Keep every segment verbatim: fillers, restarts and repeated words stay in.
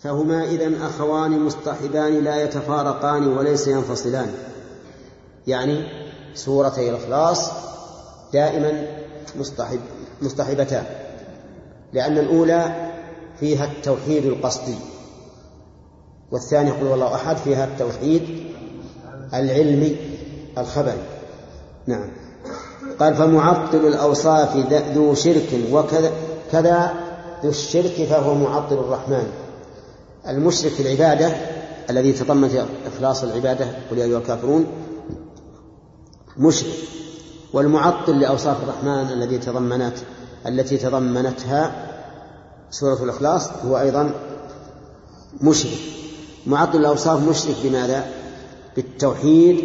فهما إذن أخوان مصطحبان لا يتفارقان وليس ينفصلان، يعني سورتي الإخلاص دائما مصطحب مصطحبتان، لأن الأولى فيها التوحيد القصدي، والثانية قل والله أحد فيها التوحيد العلمي الخبري. نعم. قال فمعطل الأوصاف ذو شرك وكذا كذا ذو الشرك فهو معطل الرحمن. المشرك في العبادة الذي تضمن إخلاص العبادة قل يا أيها الكافرون مشرك، والمعطل لأوصاف الرحمن الذي تضمنت التي تضمنتها سورة الإخلاص هو أيضا مشرك. معطل الأوصاف مشرك بماذا؟ بالتوحيد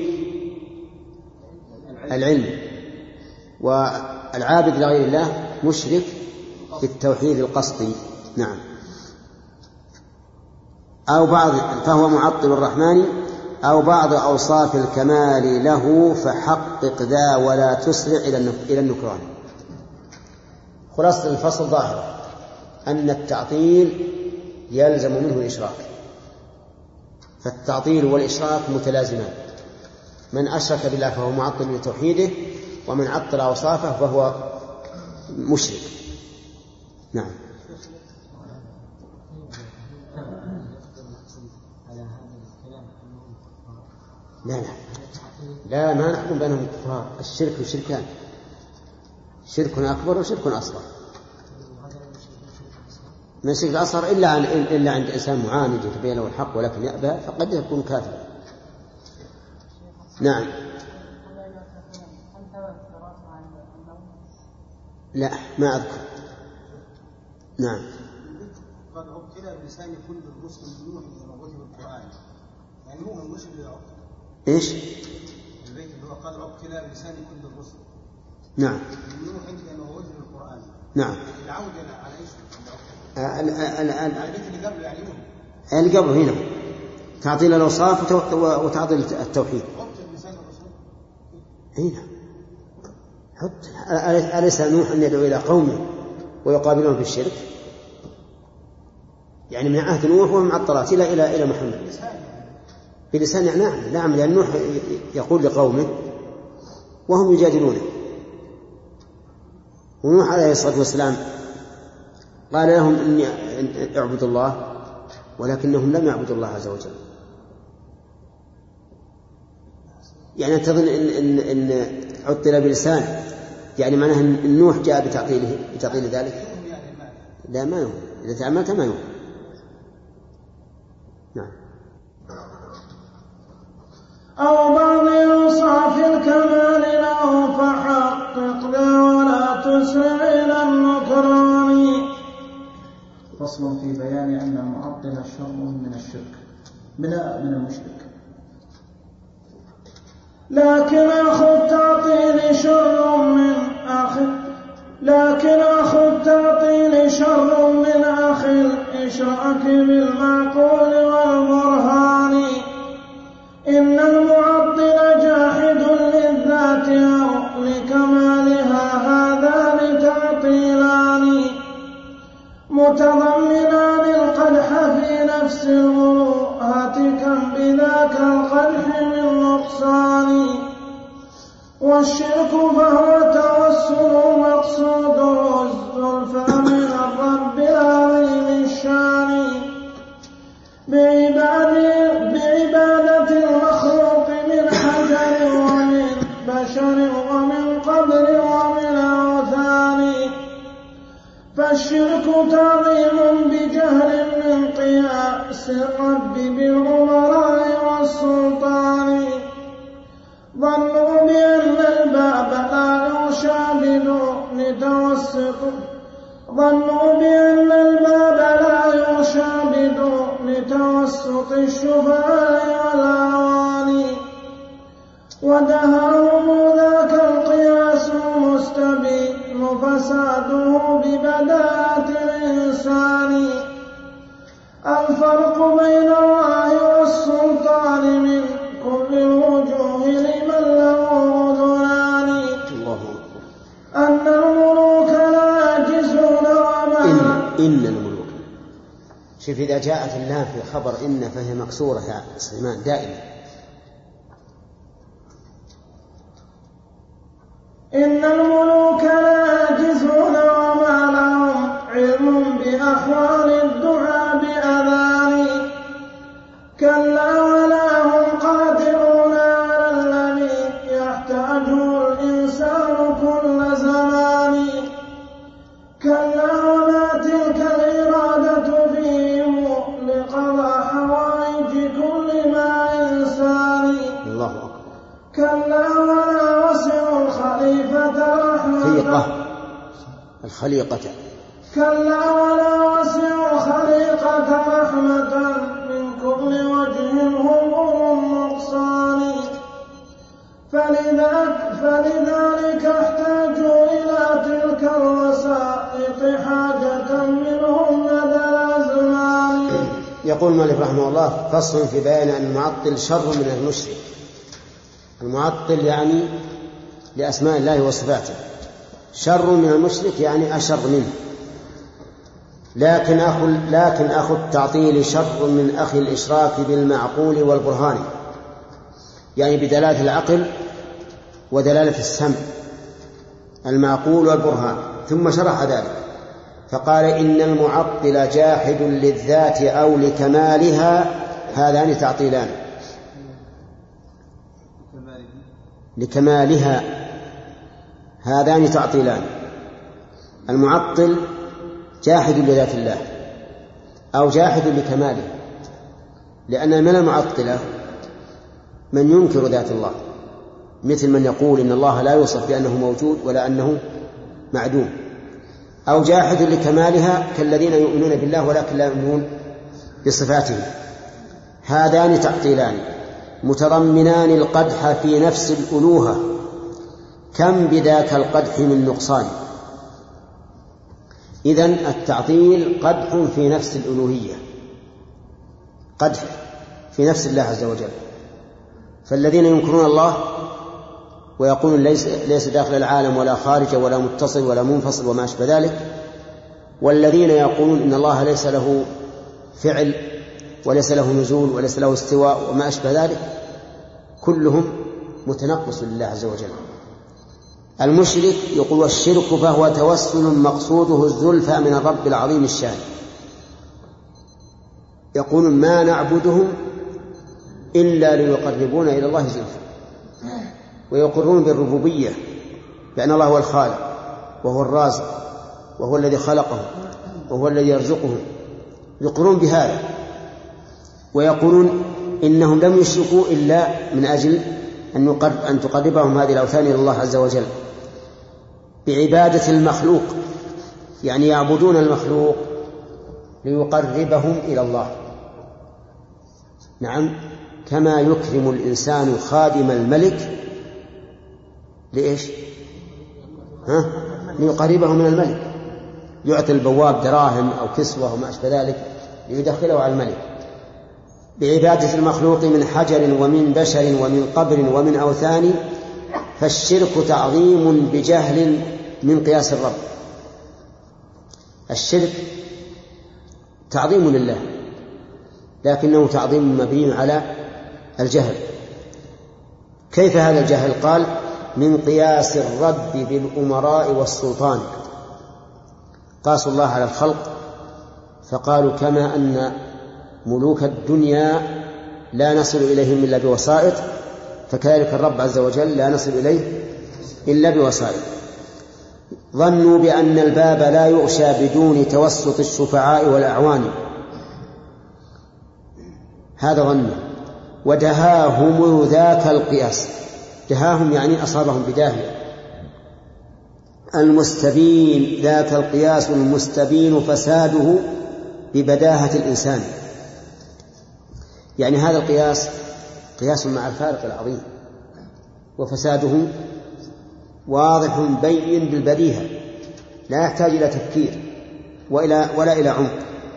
العلمي، والعابد لغير الله مشرك بالتوحيد القصدي. نعم. أو بعض فهو معطل الرحمن أو بعض أوصاف الكمال له فحقق ذا ولا تسرع إلى النكران. خلاصة الفصل ظاهر أن التعطيل يلزم منه الإشراك، فالتعطيل والإشراك متلازمان، من أشرك بالله فهو معطل لتوحيده، ومن عطل أوصافه فهو مشرك. نعم. لا لا لا ما نحكم بينهم كفار. الشرك شركان، شرك أكبر وشرك أصغر. من الشرك الأصغر إلا إلا عند إنسان معاند يتبين له الحق ولكن يأبى فقد يكون كافرا. نعم. لا ما أذكر. نعم. قد عبتلى بلسان كل الرسل بنوح ووجه القرآن، يعني هو من المشرك اللي عبتلى. إيش؟ البيت اللي هو قد عبتلى بلسان كل الرسل. نعم. بنوح عندنا ووجه القرآن. نعم. العودة على إيش؟ البيت اللي قبله يعني اللي قبله هنا تعطيل الأوصاف وتعطيل التوحيد. عبتلى بلسان الرسل. هنا حط أليس نوح أن يدعو إلى قومه ويقابلون بالشرك؟ يعني من عهد نوح ومن عطلات إلى إلى إلى محمد بلسان. نعم نعم، لأن نوح يقول لقومه وهم يجادلونه، ونوح عليه الصلاة والسلام قال لهم إني اعبدوا الله، ولكنهم لم يعبدوا الله عز وجل. يعني تظن إن, إن, إن عطل بلسان يعني معناه أن نوح جاء بتعطيله بتعطيل ذلك؟ لا ما يهم، إذا تعملت ما يهم. نعم. أو بعض أوصاف الكمال له فحقق ذا ولا تسرع إلى النكران. فصل في بيان أن المعطل شر من الشرك من من المشرك. لكن أخو التعطيل شر من أخي لكن أخو التعطيل شر من أخي الإشراك بالمعقول والبرهان. إن المعطل جاحد للذات أو لكمالها، هذان تعطيلان متضمنان القدح في نفس المروءة، كم بذاك القدح من نقصان. والشرك فهو توسل مقصود الزلفى من الرب العظيم الشان بعبادة المخلوق من حجر ومن بشر ومن قبر ومن أوثان. فالشرك تعظيم بجهل من قياس الرب بالأمراء والسلطان. ظنوا بأن الباب لا يغشى بدون توسط ظنوا بأن الباب لا يغشى بدون توسط الشفعاء والأواني. ودهاهم ذاك القياس مستبين فساده ببداءة الإنسان. الفرق بين الله والسلطان من كل الوجوه لمن له أذنان. أن الملوك لا يعجزون وما إن, إن الملوك شوف إذا جاءت اللام في خبر إن فهي مكسورة يا سليمان دائما. إن الملوك لا يجزون وما لهم علم بأحوال الدعاء بأذان كلا ولا هم قادرون على الذي يحتاجه الإنسان كل زمان كلا وما تلك الإرادة فيهم لقضاء حوائج كل ما إنسان الله أكبر. كلا ولا وسع الخليفة رحمة خليقة الخليقة كلا ولا وسع الخليقة رحمة من كل وجه هم أولو النقصان فلذلك, فلذلك احتاجوا إلى تلك الوسائط حاجة منهم لدى الأزمان. يقول مالك رحمه الله فصل في بيان أن المعطل شر من المشرك. المعطل يعني لأسماء الله وصفاته شر من المشرك يعني أشر منه. لكن أخو, لكن أخو التعطيل شر من أخي الإشراك بالمعقول والبرهان يعني بدلالة العقل ودلالة السمع المعقول والبرهان. ثم شرح ذلك فقال إن المعطل جاحد للذات أو لكمالها هذان تعطيلان لكمالها هذان تعطيلان. المعطل جاحد لذات الله أو جاحد لكماله لأن من المعطلة من ينكر ذات الله مثل من يقول إن الله لا يوصف بأنه موجود ولا أنه معدوم أو جاحد لكمالها كالذين يؤمنون بالله ولكن لا يؤمنون بصفاته. هذان تعطيلان متضمنان القدح في نفس الألوهة كم بذاك القدح من نقصان. إذن التعطيل قدح في نفس الألوهية قدح في نفس الله عز وجل. فالذين ينكرون الله ويقولون ليس, ليس داخل العالم ولا خارج ولا متصل ولا منفصل وما أشبه ذلك والذين يقولون إن الله ليس له فعل وليس له نزول وليس له استواء وما أشبه ذلك كلهم متنقص لله عز وجل. المشرك يقول والشرك فهو توسل مقصوده الزلفى من الرب العظيم الشان. يقول ما نعبدهم إلا ليقربونا إلى الله زلفى ويقرون بالربوبية بأن الله هو الخالق وهو الرازق وهو الذي خلقهم وهو الذي يرزقهم يقرون بهذا ويقولون إنهم لم يشركوا إلا من أجل أن تقربهم هذه الأوثان إلى الله عز وجل بعبادة المخلوق يعني يعبدون المخلوق ليقربهم إلى الله. نعم كما يكرم الإنسان خادم الملك لإيش؟ ها؟ ليقربه من الملك يعطي البواب دراهم أو كسوة وما أشبه ذلك ليدخله على الملك. بعبادة المخلوق من حجر ومن بشر ومن قبر ومن أوثان فالشرك تعظيم بجهل من قياس الرب. الشرك تعظيم لله لكنه تعظيم مبني على الجهل. كيف هذا الجهل؟ قال من قياس الرب بالأمراء والسلطان. قاسوا الله على الخلق فقالوا كما أن ملوك الدنيا لا نصل إليهم إلا بوسائط فكذلك الرب عز وجل لا نصل إليه إلا بوسائط. ظنوا بأن الباب لا يغشى بدون توسط الشفعاء والأعوان هذا ظنوا ودهاهم ذاك القياس. دهاهم يعني أصابهم بداهية. المستبين ذاك القياس المستبين فساده ببداهة الإنسان يعني هذا القياس قياس مع الفارق العظيم وفساده واضح بين بالبديهة لا يحتاج إلى تفكير وإلى ولا إلى عمق.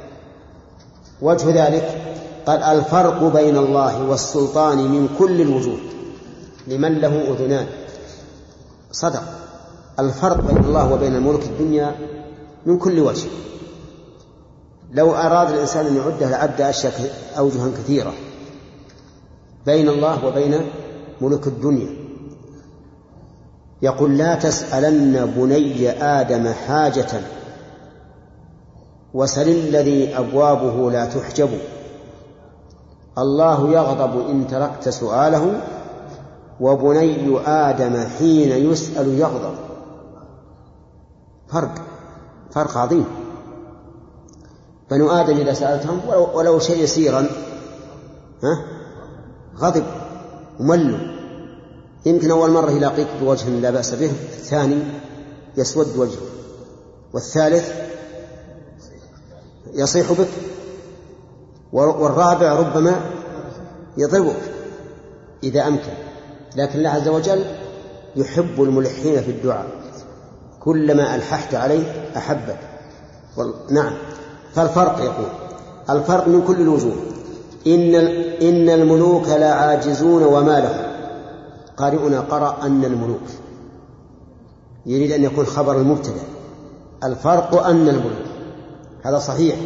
وجه ذلك قال الفرق بين الله والسلطان من كل الوجوه لمن له أذنان. صدق الفرق بين الله وبين ملوك الدنيا من كل وجه لو أراد الإنسان أن يعده لعد أشياء أوجها كثيرة بين الله وبين ملوك الدنيا. يقول لا تسألن بني آدم حاجة وسل الذي أبوابه لا تحجب، الله يغضب إن تركت سؤاله وبني آدم حين يسأل يغضب. فرق فرق عظيم. بنو آدم إذا سألتهم ولو, ولو شيء يسيرا ها غضب وملوا، يمكن أول مرة يلاقيك بوجه لا بأس به، الثاني يسود وجهه، والثالث يصيح بك، والرابع ربما يضربك إذا أمكن. لكن الله عز وجل يحب الملحين في الدعاء، كلما ألححت عليه أحبك. نعم. فالفرق يقول الفرق من كل الوجوه. إن, إن الملوك لا عاجزون وما لهم. قارئنا قرأ أن الملوك، يريد أن يكون خبر المبتدأ. الفرق أن الملوك، هذا صحيح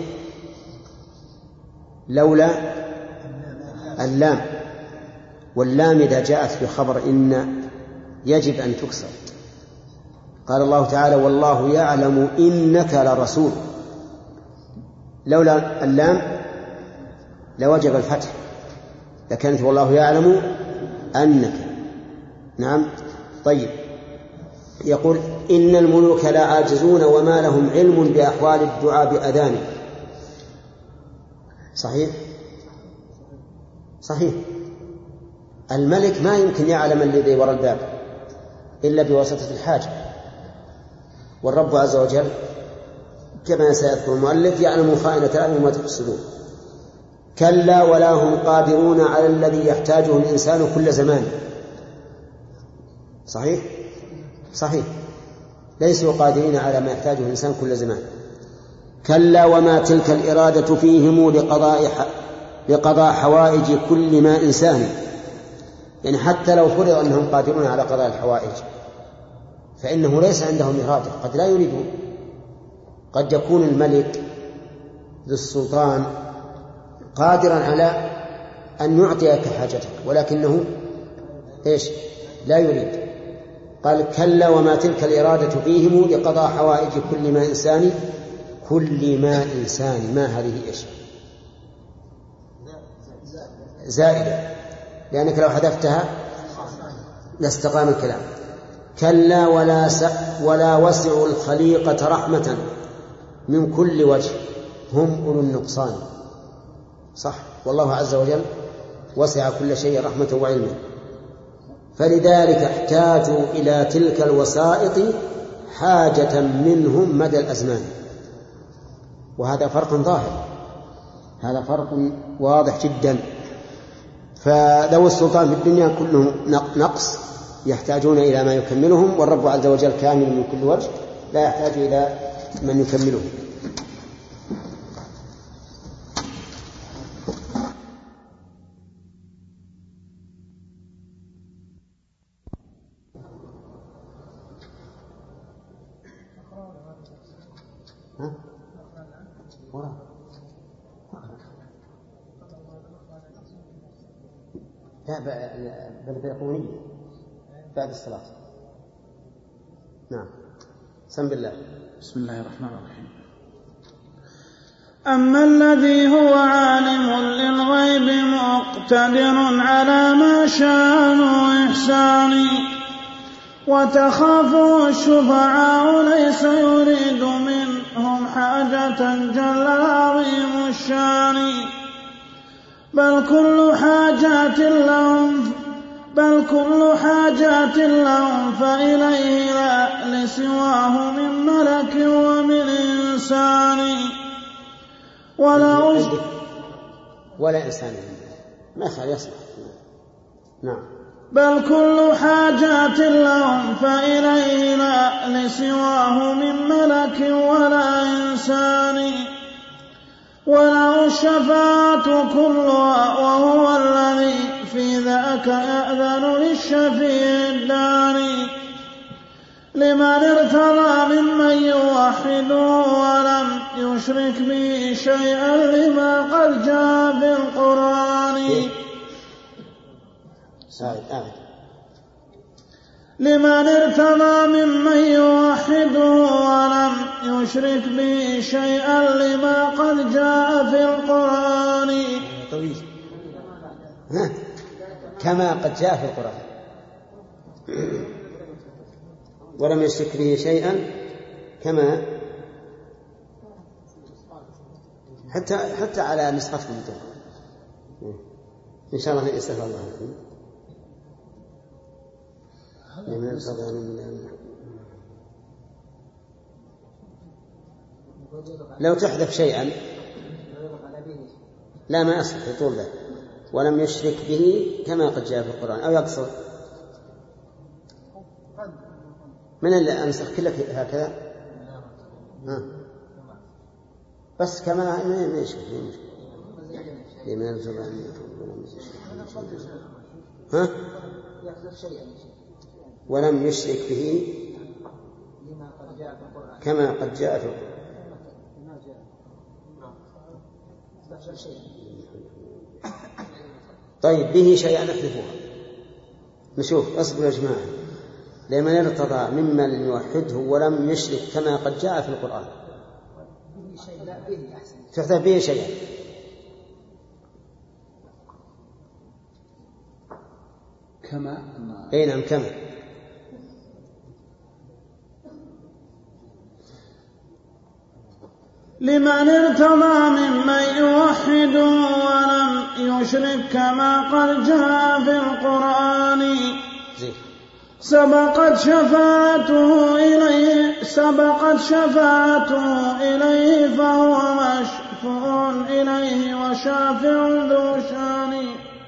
لولا اللام، واللام إذا جاءت في خبر إن يجب أن تكسر. قال الله تعالى والله يعلم إنك لرسول، لولا اللام لوجب الفتح، لكانت والله يعلم أنك. نعم. طيب، يقول إن الملوك لا عاجزون وما لهم علم بأحوال الدعاء بأذانه. صحيح صحيح. الملك ما يمكن يعلم الذي وراء الباب إلا بواسطة الحاجة، والرب عز وجل كما سيذكر المؤلف يعلم خائنة الأعين وما تخفي الصدور. كلا ولا هم قادرون على الذي يحتاجه الإنسان كل زمان. صحيح صحيح، ليسوا قادرين على ما يحتاجه الإنسان كل زمان. كلا وما تلك الإرادة فيهم لقضاء لقضاء حوائج كل ما إنسان، يعني حتى لو فرض أنهم قادرون على قضاء الحوائج فإنه ليس عندهم إرادة، قد لا يريدون. قد يكون الملك ذو السلطان قادرا على أن يعطيك حاجتك ولكنه إيش لا يريد. قال كلا وما تلك الإرادة فيهم لقضاء حوائج كل ما إنسان. كل ما إنسان، ما هذه إيش؟ زائدة، لأنك لو حذفتها لاستقام الكلام. كلا ولا, س... ولا وسع الخليقة رحمة من كل وجه هم أولو النقصان. صح، والله عز وجل وسع كل شيء رحمة وعلما، فلذلك احتاجوا إلى تلك الوسائط حاجة منهم مدى الأزمان. وهذا فرق ظاهر، هذا فرق واضح جدا. فذوي السلطان في الدنيا كلهم نقص، يحتاجون إلى ما يكملهم، والرب عز وجل كامل من كل وجه لا يحتاج إلى من يكمله. ها؟ ورا. لا بالبيقونية بعد الصلاة. نعم. سم بالله. بسم الله الرحمن الرحيم. أما الذي هو عالم للغيب مقتدر على ما شاء إحساني، وتخافه الشفعاء ليس يريد منهم حاجة جل عظيم الشان، بل كل حاجات لهم بل كل حاجات لهم فإليه لا لسواه من ملك ومن إنسان. ولا ولا إنسان ما خير يصلح. نعم. بل كل حاجات لهم فإليه لا لسواه من ملك ولا إنسان. وله الشفاعة كلها وهو الذي في ذاك يأذن للشفيع الداني، لمن ارتضى ممن يوحده ولم يشرك به شيئا لما قد جاء في القرآن. لمن ارتضى ممن يوحده ولم يشرك به شيئا لما قد جاء في القرآن. طويل. كما قد جاء في القرآن ولم يشرك به شيئا كما حتى حتى على نسختكم إن شاء الله يستغفر الله لكم. لو تحذف شيئا لا ما يصلح يطول ذلك ولم يشرك به كما قد جاء في القرآن أو يقصر من اللي أنسخ كلك هكذا ها. بس كما ما يشرك لمن ارتضى ها ولم يشرك به كما قد جاء في القرآن. طيب به شيئا نحذفها نشوف. اصبروا يا جماعة. لمن ارتضى ممن يوحده ولم يشرك كما قد جاء في القرآن تحذف به شيئا. كما اي نعم كما. لمن ارتضى ممن يوحد ولم يشرك كما قد جاء في القرآن سبقت شفاعته إليه سبقت شفاعته إليه فهو مشفوع إليه وشافع ذو شان.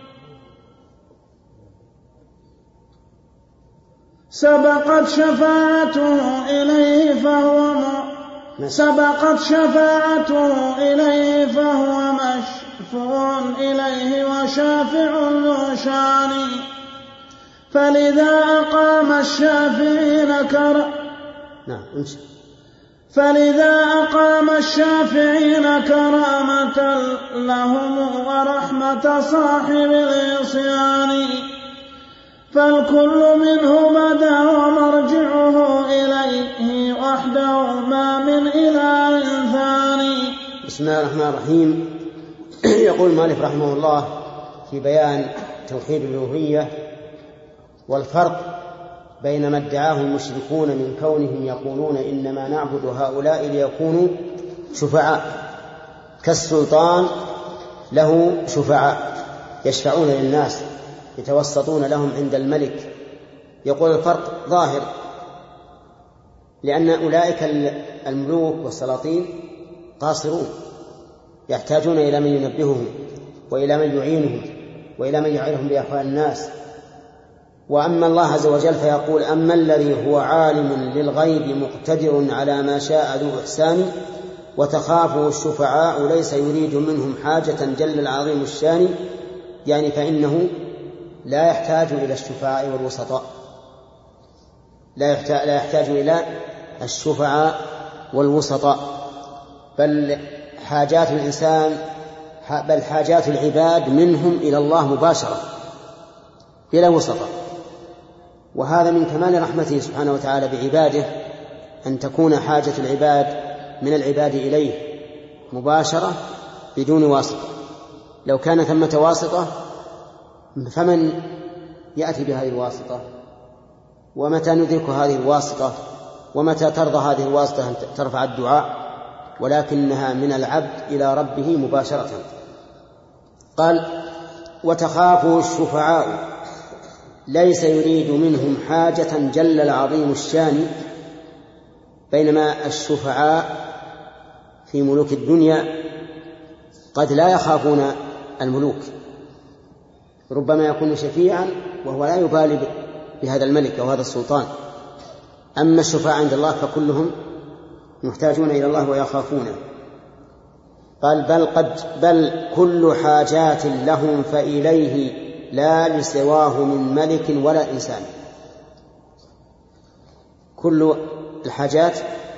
سبقت شفاعته إليه فهو م... سبقت شفاعته إليه فهو مشفوع إليه وشافع ذو شان. فلذا أقام الشافعين كر... نعم. فلذا أقام الشافعين كرامة لهم ورحمة صاحب العصيان. فالكل منه بدا ومرجعه إليه وحده ما من إله ثاني. بسم الله الرحمن الرحيم. يقول المؤلف رحمه الله في بيان توحيد الألوهية والفرق بين ما ادعاه المشركون من كونهم يقولون إنما نعبد هؤلاء ليكونوا شفعاء كالسلطان له شفعاء يشفعون للناس يتوسطون لهم عند الملك. يقول الفرق ظاهر لأن أولئك الملوك والسلاطين قاصرون يحتاجون إلى من ينبههم وإلى من يعينهم وإلى من يعينهم بأحوال الناس. وأما الله عز وجل فيقول أما الذي هو عالم للغيب مقتدر على ما شاء ذو إحسان وتخافه الشفعاء ليس يريد منهم حاجة جل العظيم الشان. يعني فإنه لا يحتاج إلى الشفعاء والوسطاء لا يحتاج, لا يحتاج إلى الشفعاء والوسطاء بل حاجات الإنسان بل حاجات العباد منهم إلى الله مباشرة بلا وسطاء. وهذا من كمال رحمته سبحانه وتعالى بعباده أن تكون حاجة العباد من العباد إليه مباشرة بدون واسطة. لو كان ثمة واسطة فمن يأتي بهذه الواسطة ومتى ندرك هذه الواسطة ومتى ترضى هذه الواسطة أن ترفع الدعاء. ولكنها من العبد إلى ربه مباشرة. قال وتخافه الشفعاء ليس يريد منهم حاجة جل العظيم الشان. بينما الشفعاء في ملوك الدنيا قد لا يخافون الملوك ربما يكون شفيعا وهو لا يبالي بهذا الملك أو هذا السلطان. أما الشفاعة عند الله فكلهم محتاجون إلى الله ويخافونه. قال بل, قد بل كل حاجات لهم فإليه لا لسواه من ملك ولا إنسان. كل الحاجات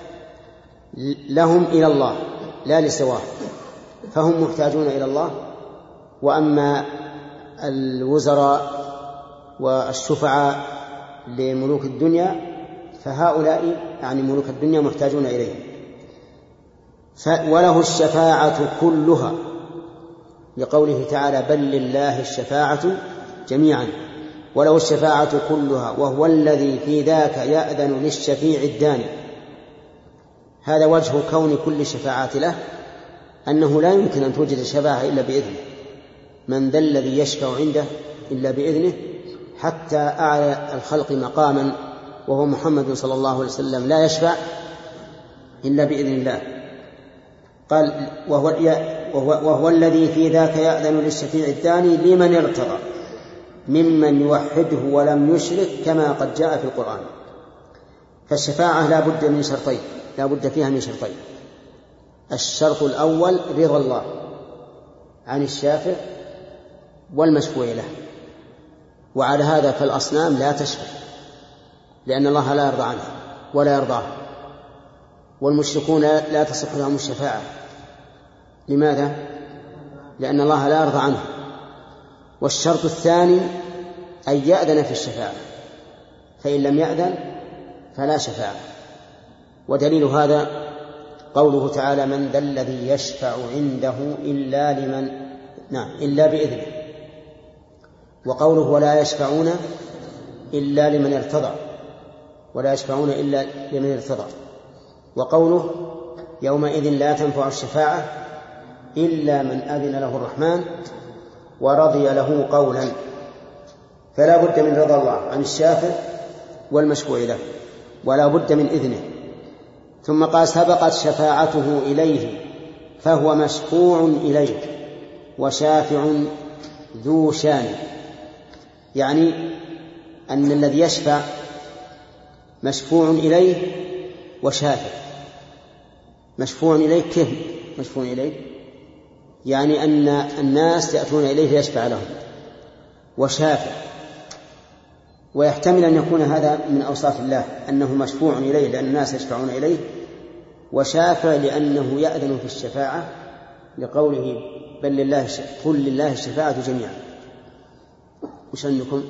لهم إلى الله لا لسواه، فهم محتاجون إلى الله. وأما الوزراء والشفعاء لملوك الدنيا فهؤلاء يعني ملوك الدنيا محتاجون إليه. وله الشفاعة كلها لقوله تعالى بل لله الشفاعة جميعا، وله الشفاعة كلها وهو الذي في ذاك يأذن للشفيع الداني. هذا وجه كون كل الشفاعات له، أنه لا يمكن أن توجد شفاعة إلا بإذنه. من ذا الذي يشفع عنده إلا بإذنه، حتى أعلى الخلق مقاما وهو محمد صلى الله عليه وسلم لا يشفع إلا بإذن الله. قال وهو, وهو, وهو الذي في ذاك يأذن للشفيع الداني لمن ارتضى ممن يوحده ولم يشرك كما قد جاء في القرآن. فالشفاعة لا بد من شرطين، لا بد فيها من شرطين. الشرط الأول رضا الله عن الشافع والمشفوع له، وعلى هذا فالأصنام لا تشفع لأن الله لا يرضى عنها ولا يرضاها، والمشركون لا تصح لهم الشفاعة. لماذا؟ لأن الله لا يرضى عنها. والشرط الثاني أن يأذن في الشفاعة، فإن لم يأذن فلا شفاعة. ودليل هذا قوله تعالى من ذا الذي يشفع عنده إلا لمن نعم إلا بإذنه، وقوله ولا يشفعون إلا لمن ارتضى، ولا يشفعون إلا لمن ارتضى، وقوله يومئذ لا تنفع الشفاعة إلا من أذن له الرحمن ورضي له قولا. فلا بد من رضا الله عن الشافع والمشفوع له، ولا بد من إذنه. ثم قال سبقت شفاعته إليه فهو مشفوع إليه وشافع ذو شان، يعني أن الذي يشفع مشفوع إليه وشافع. مشفوع إليه كيف مشفوع إليه؟ يعني أن الناس يأتون إليه ليشفع لهم، وشافع. ويحتمل أن يكون هذا من أوصاف الله أنه مشفوع إليه لأن الناس يشفعون إليه، وشافع لأنه يأذن في الشفاعة لقوله بل لله قل لله الشفاعة جميعا. وش عندكم؟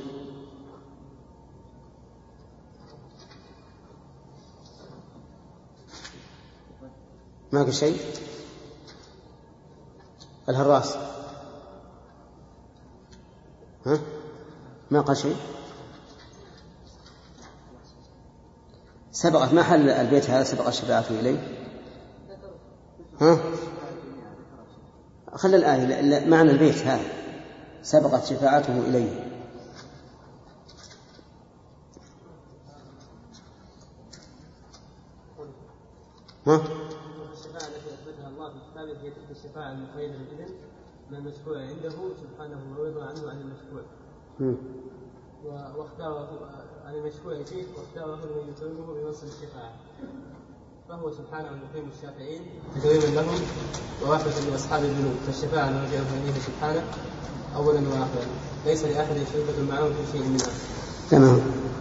ما في شيء؟ الهراس ها؟ ما قال شيء؟ سبقت ما حل البيت هذا سبق شفاعته إليه؟ ها؟ خلى الآية معنى البيت هذا سبقت شفاعته إليه. ها؟ الشفاعة التي أثبتها الله في كتابه هي تلك الشفاعة المقيدة بالإذن من المشفوع عنده سبحانه ويرضى عنه عن المشفوع. واختار عن المشفوع فيه واختاره من يكرمه بمنصب الشفاعة، فهو سبحانه يقيم الشافعين تكريما لهم ورحمة لأصحاب الذنوب. فالشفاعة مرجعها إليه سبحانه أولا وآخرا، ليس لأحد شركة معه في شيء منها. تمام.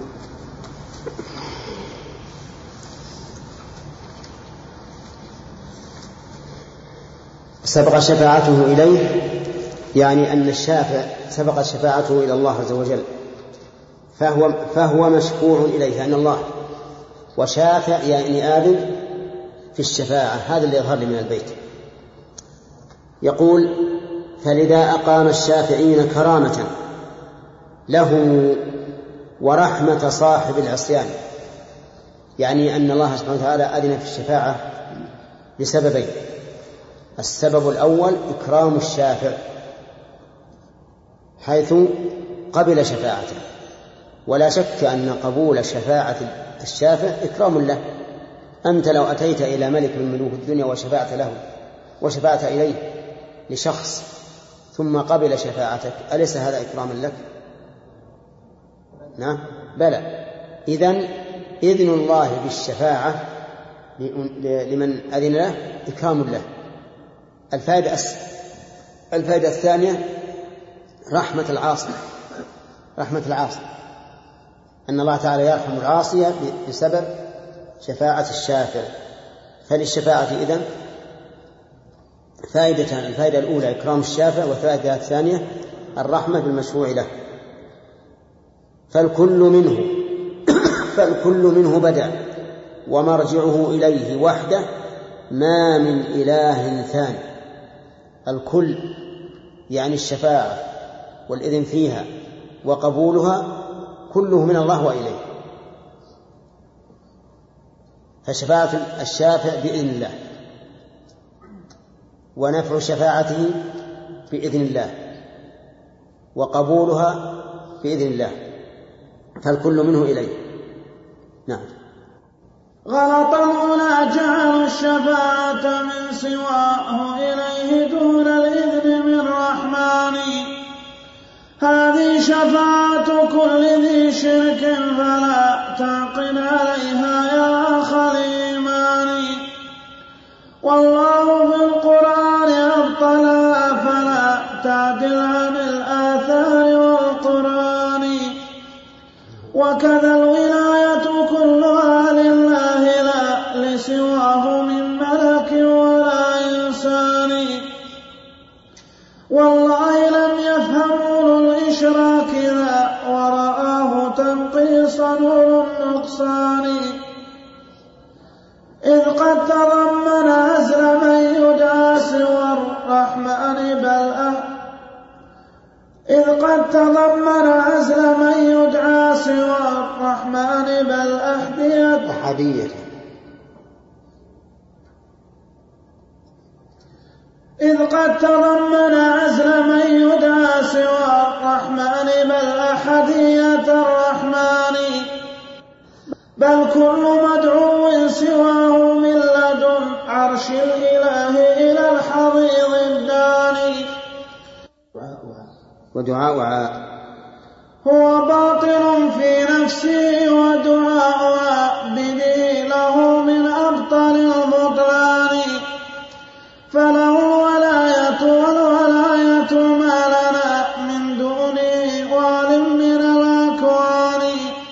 سبق شفاعته إليه يعني أن الشافع سبقت شفاعته إلى الله عز وجل، فهو, فهو مشفوع إليه أن الله، وشافع يعني آذن في الشفاعة. هذا اللي يظهر لي من البيت. يقول فلذا أقام الشافعين كرامة له ورحمة صاحب العصيان، يعني أن الله سبحانه وتعالى أذن في الشفاعة لسببين. السبب الأول إكرام الشافع حيث قبل شفاعته، ولا شك أن قبول شفاعة الشافع إكرام له. أنت لو أتيت إلى ملك من ملوك الدنيا وشفعت له وشفعت إليه لشخص ثم قبل شفاعتك، أليس هذا إكراما لك؟ نعم بلى. إذن إذن الله بالشفاعة لمن أذن له إكرام له. الفائدة الفائدة الثانية رحمة العاصي، رحمة العاصي أن الله تعالى يرحم العاصي بسبب شفاعة الشافع. فللشفاعة إذن فائدتان: الفائدة الأولى إكرام الشافع، والفائدة الثانية الرحمة بالمشروع له. فالكل منه فالكل منه بدأ ومرجعه إليه وحده ما من إله ثاني. الكل يعني الشفاعة والإذن فيها وقبولها كله من الله وإليه. فشفاعة الشافع بإذن الله، ونفع شفاعته بإذن الله، وقبولها بإذن الله، فالكل منه إليه. نعم. غلط الأولى جعلوا الشفاعة من سواه إليه دون الإذن من رحمن. هذه شفاعة كل ذي شرك فلا تعقل عليها يا أخ الإيمان. والله في القرآن أبطلها فلا تعدل عن الآثار والقرآن. وكذا الولاية كلها لله لا لسواه من ملك ولا إنسان. والله لم يفهم أولو الإشراك ذا ورآه تنقيصا والنقصان. إذ قد تضمن عزل من يدعى سوى الرحمن بل أح إذ قد تضمن عزل من يدعى سوى الرحمن بل أحدية أحدية إذ قد تضمن عزل من يدعى سوى الرحمن بل أحدية الرحمن. بل كل مدعو سواه من لدن عرش الإله إلى الحضيض الداني. ودعاء هو باطل في نفسه ودعاء عبده له من أبطل البطلان. فله الولاية والولاية ما لنا من دونه وال من الأكوان.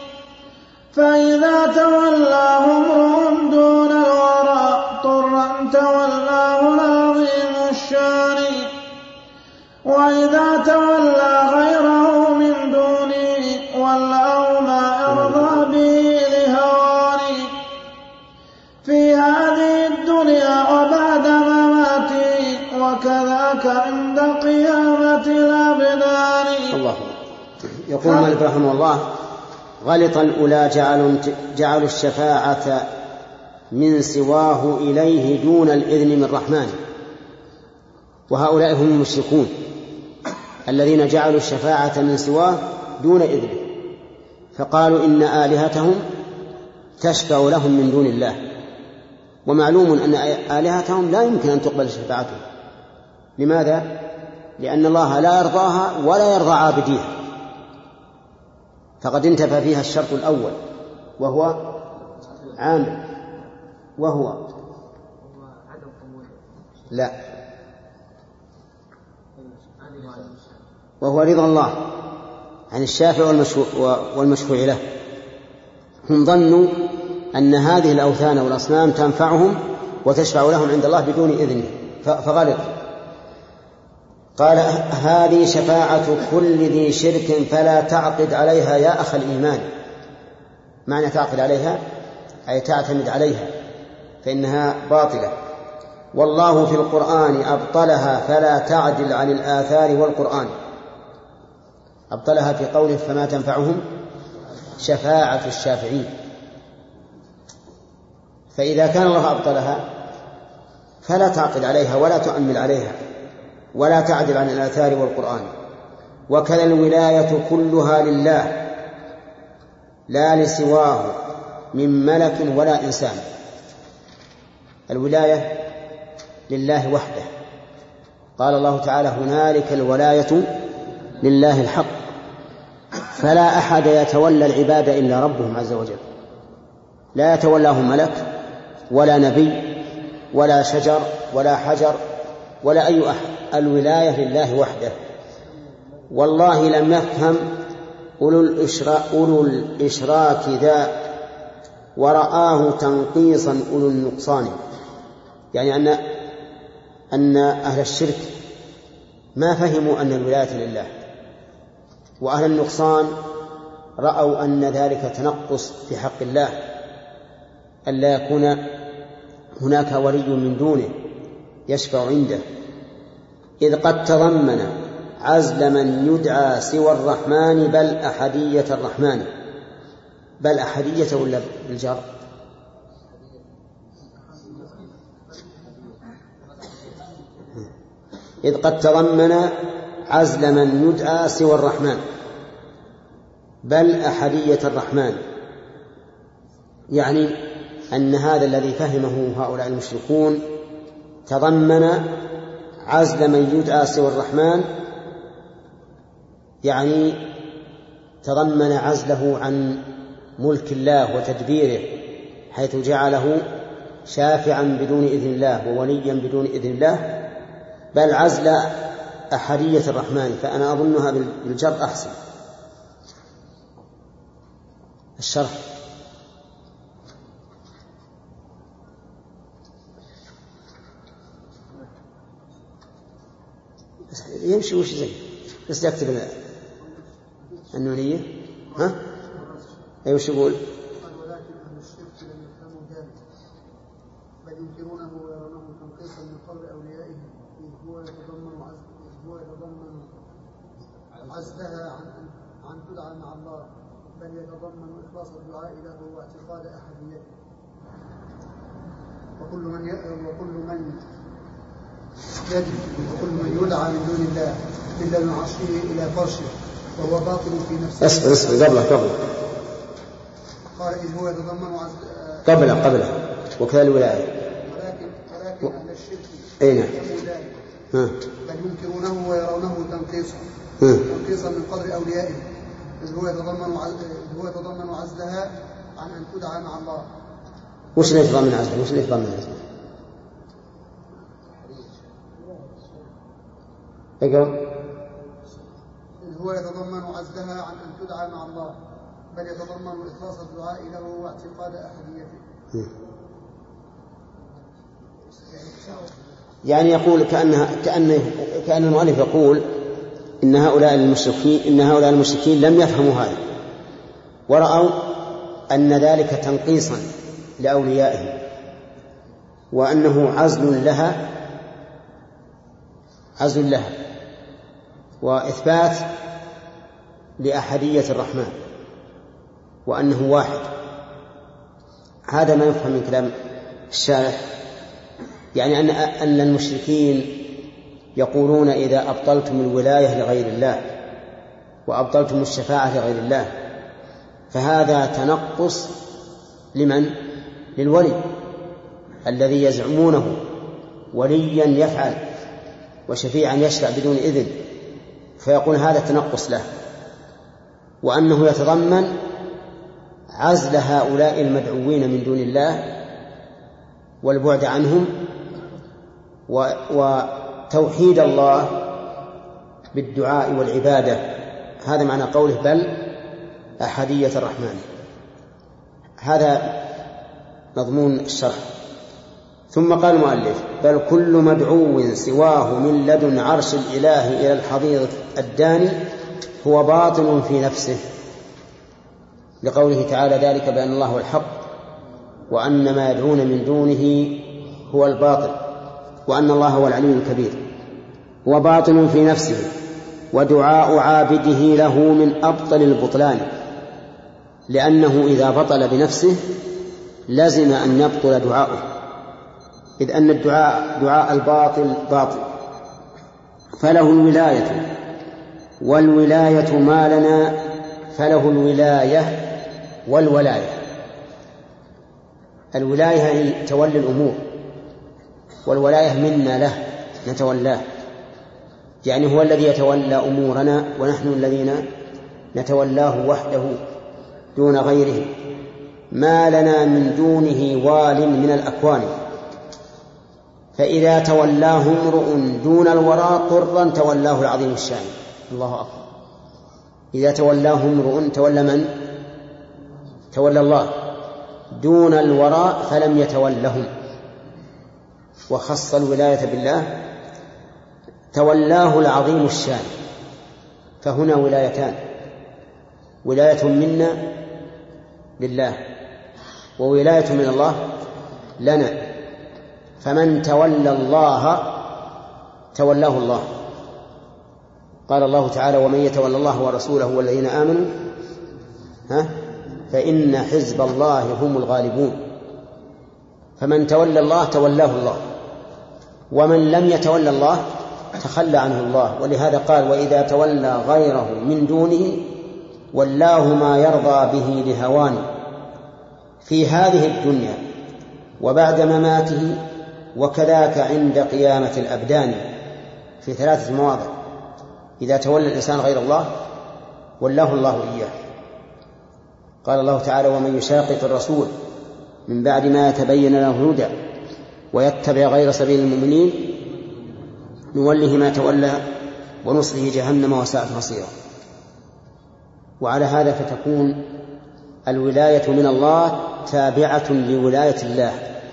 فإذا تولاه امرؤ دون الورى طرا تولاه العظيم الشان. وإذا تولى غيره من دونه ولاه ما يرضى به لهوان. في هذه الدنيا وبعد مماته وكذاك عند قيامة الأبدان. الله. يقول مالك رحمه الله: غلط الأولى جعلوا, جعلوا الشفاعة من سواه إليه دون الإذن من رحمن. وهؤلاء هم المشركون الذين جعلوا الشفاعة من سواه دون إذنه، فقالوا إن آلهتهم تشفع لهم من دون الله. ومعلوم أن آلهتهم لا يمكن أن تقبل شفاعتهم. لماذا؟ لأن الله لا يرضاها ولا يرضى عابديها، فقد انتفى فيها الشرط الأول وهو عامل، وهو لا وهو رضا الله عن الشافع والمشفوع له. هم ظنوا أن هذه الأوثان والأصنام تنفعهم وتشفع لهم عند الله بدون إذنه فغلط. قال: هذه شفاعة كل ذي شرك فلا تعقد عليها يا أخ الإيمان. معنى تعقد عليها أي تعتمد عليها، فإنها باطلة. والله في القرآن أبطلها فلا تعدل عن الآثار والقرآن. أبطلها في قوله: فما تنفعهم شفاعة الشافعين. فإذا كان الله أبطلها فلا تعقد عليها ولا تؤمل عليها ولا تعدل عن الآثار والقرآن. وكذا الولاية كلها لله لا لسواه من ملك ولا إنسان. الولاية لله وحده. قال الله تعالى: هنالك الولاية لله الحق. فلا أحد يتولى العباد إلا ربهم عز وجل، لا يتولاه ملك ولا نبي ولا شجر ولا حجر ولا أي أحد. الولاية لله وحده. والله لم يفهم أولو الإشراك, أولو الإشراك ذا ورآه تنقيصا أولو النقصان، يعني أن أن أهل الشرك ما فهموا أن الولاية لله، وأهل النقصان رأوا أن ذلك تنقص في حق الله، ألا يكون هناك ولي من دونه يشفع عنده، إذ قد تضمن عزل من يدعى سوى الرحمن بل أحدية الرحمن. بل أحدية ولا بالجر؟ إذ قد تضمن عزل من يدعى سوى الرحمن بل أحدية الرحمن، يعني أن هذا الذي فهمه هؤلاء المشركون تضمن عزل من يدعى سوى الرحمن، يعني تضمن عزله عن ملك الله وتدبيره، حيث جعله شافعا بدون إذن الله ووليا بدون إذن الله، بل عزل أحدية الرحمن، فأنا أظنها بالجر أحسن. الشرح يمشي وش زي بس يكتب النونية. ها أي وش يقول؟ ولكن أهل الشرك لم يفهموا ذلك بل ينكرونه ويرونه تنقيصا من قول أوليائه، إذ هو يتضمن هو يتضمن عزلها عن عن تدعى مع الله، بل يتضمن إخلاص الدعاء له واعتقاد أحديته. وكل من ي... وكل من يدعو وكل من يدعى من دون الله من لدن عرشه إلى فرشه وهو باطل في نفسه. اصبر اصبر قبله قبله قال إذ هو يتضمن عزل قبله قبله وكذا الولاية. ولكن ولكن و... أهل الشرك أين بل ينكرونه ويرونه تنقيصا تنقيصا من قدر أوليائه، إذ هو يتضمن هو يتضمن عزلها عن أن تدعى مع الله. وش اللي يتضمن عزلها؟ وش اللي يتضمن عزلها؟ اقرأ. إذ هو يتضمن عزلها عن أن تدعى مع الله، بل يتضمن إخلاص الدعاء له واعتقاد أحديته. يعني يقول كأنها كأن كأن المؤلف يقول إن هؤلاء المشركين إن هؤلاء المشركين لم يفهموا هذا، ورأوا أن ذلك تنقيصا لأوليائهم، وأنه عزل لها عزل لها وإثبات لأحدية الرحمن، وأنه واحد. هذا ما يفهم من كلام الشارح، يعني أن أن المشركين يقولون إذا أبطلتم الولاية لغير الله وأبطلتم الشفاعة لغير الله فهذا تنقص لمن؟ للولي الذي يزعمونه وليا يفعل وشفيعا يشفع بدون إذن، فيقول هذا تنقص له، وأنه يتضمن عزل هؤلاء المدعوين من دون الله والبعد عنهم وتوحيد الله بالدعاء والعبادة. هذا معنى قوله بل أحدية الرحمن. هذا مضمون الشرح. ثم قال المؤلف بل كل مدعو سواه من لدن عرش الإله إلى الحضيض الداني هو باطل في نفسه، لقوله تعالى ذلك بأن الله هو الحق وأن ما يدعون من دونه هو الباطل وأن الله هو العلي الكبير. وباطل في نفسه، ودعاء عابده له من أبطل البطلان، لأنه إذا بطل بنفسه لزم أن يبطل دعاؤه، إذ أن الدعاء دعاء الباطل باطل. فله الولاية، والولاية ما لنا فله الولاية والولاية. الولاية هي تولي الأمور، والولاية منا له نتولاه، يعني هو الذي يتولى أمورنا ونحن الذين نتولاه وحده دون غيره. ما لنا من دونه وال من الأكوان، فإذا تولاه امرؤ دون الورى طرا تولاه العظيم الشان. الله أكبر. إذا تولاه امرؤ تولى من؟ تولى الله دون الوراء فلم يتولهم، وخص الولاية بالله تولاه العظيم الشان. فهنا ولايتان، ولاية منا لله وولاية من الله لنا. فمن تولى الله تولاه الله. قال الله تعالى ومن يتولى الله ورسوله والذين آمنوا ها فإن حزب الله هم الغالبون. فمن تولى الله تولاه الله، ومن لم يتولى الله تخلى عنه الله. ولهذا قال وإذا تولى غيره من دونه ولاه ما يرضى به لهوانه في هذه الدنيا وبعد مماته وكذاك عند قيامة الأبدان، في ثلاثة مواضع. إذا تولى الإنسان غير الله ولاه الله إياه. قال الله تعالى ومن يشاقق الرسول من بعد ما يتبين له الهدى ويتبع غير سبيل المؤمنين نوله ما تولى ونصله جهنم وساءت مصيرا. وعلى هذا فتكون الولاية من الله تابعة لولاية الله.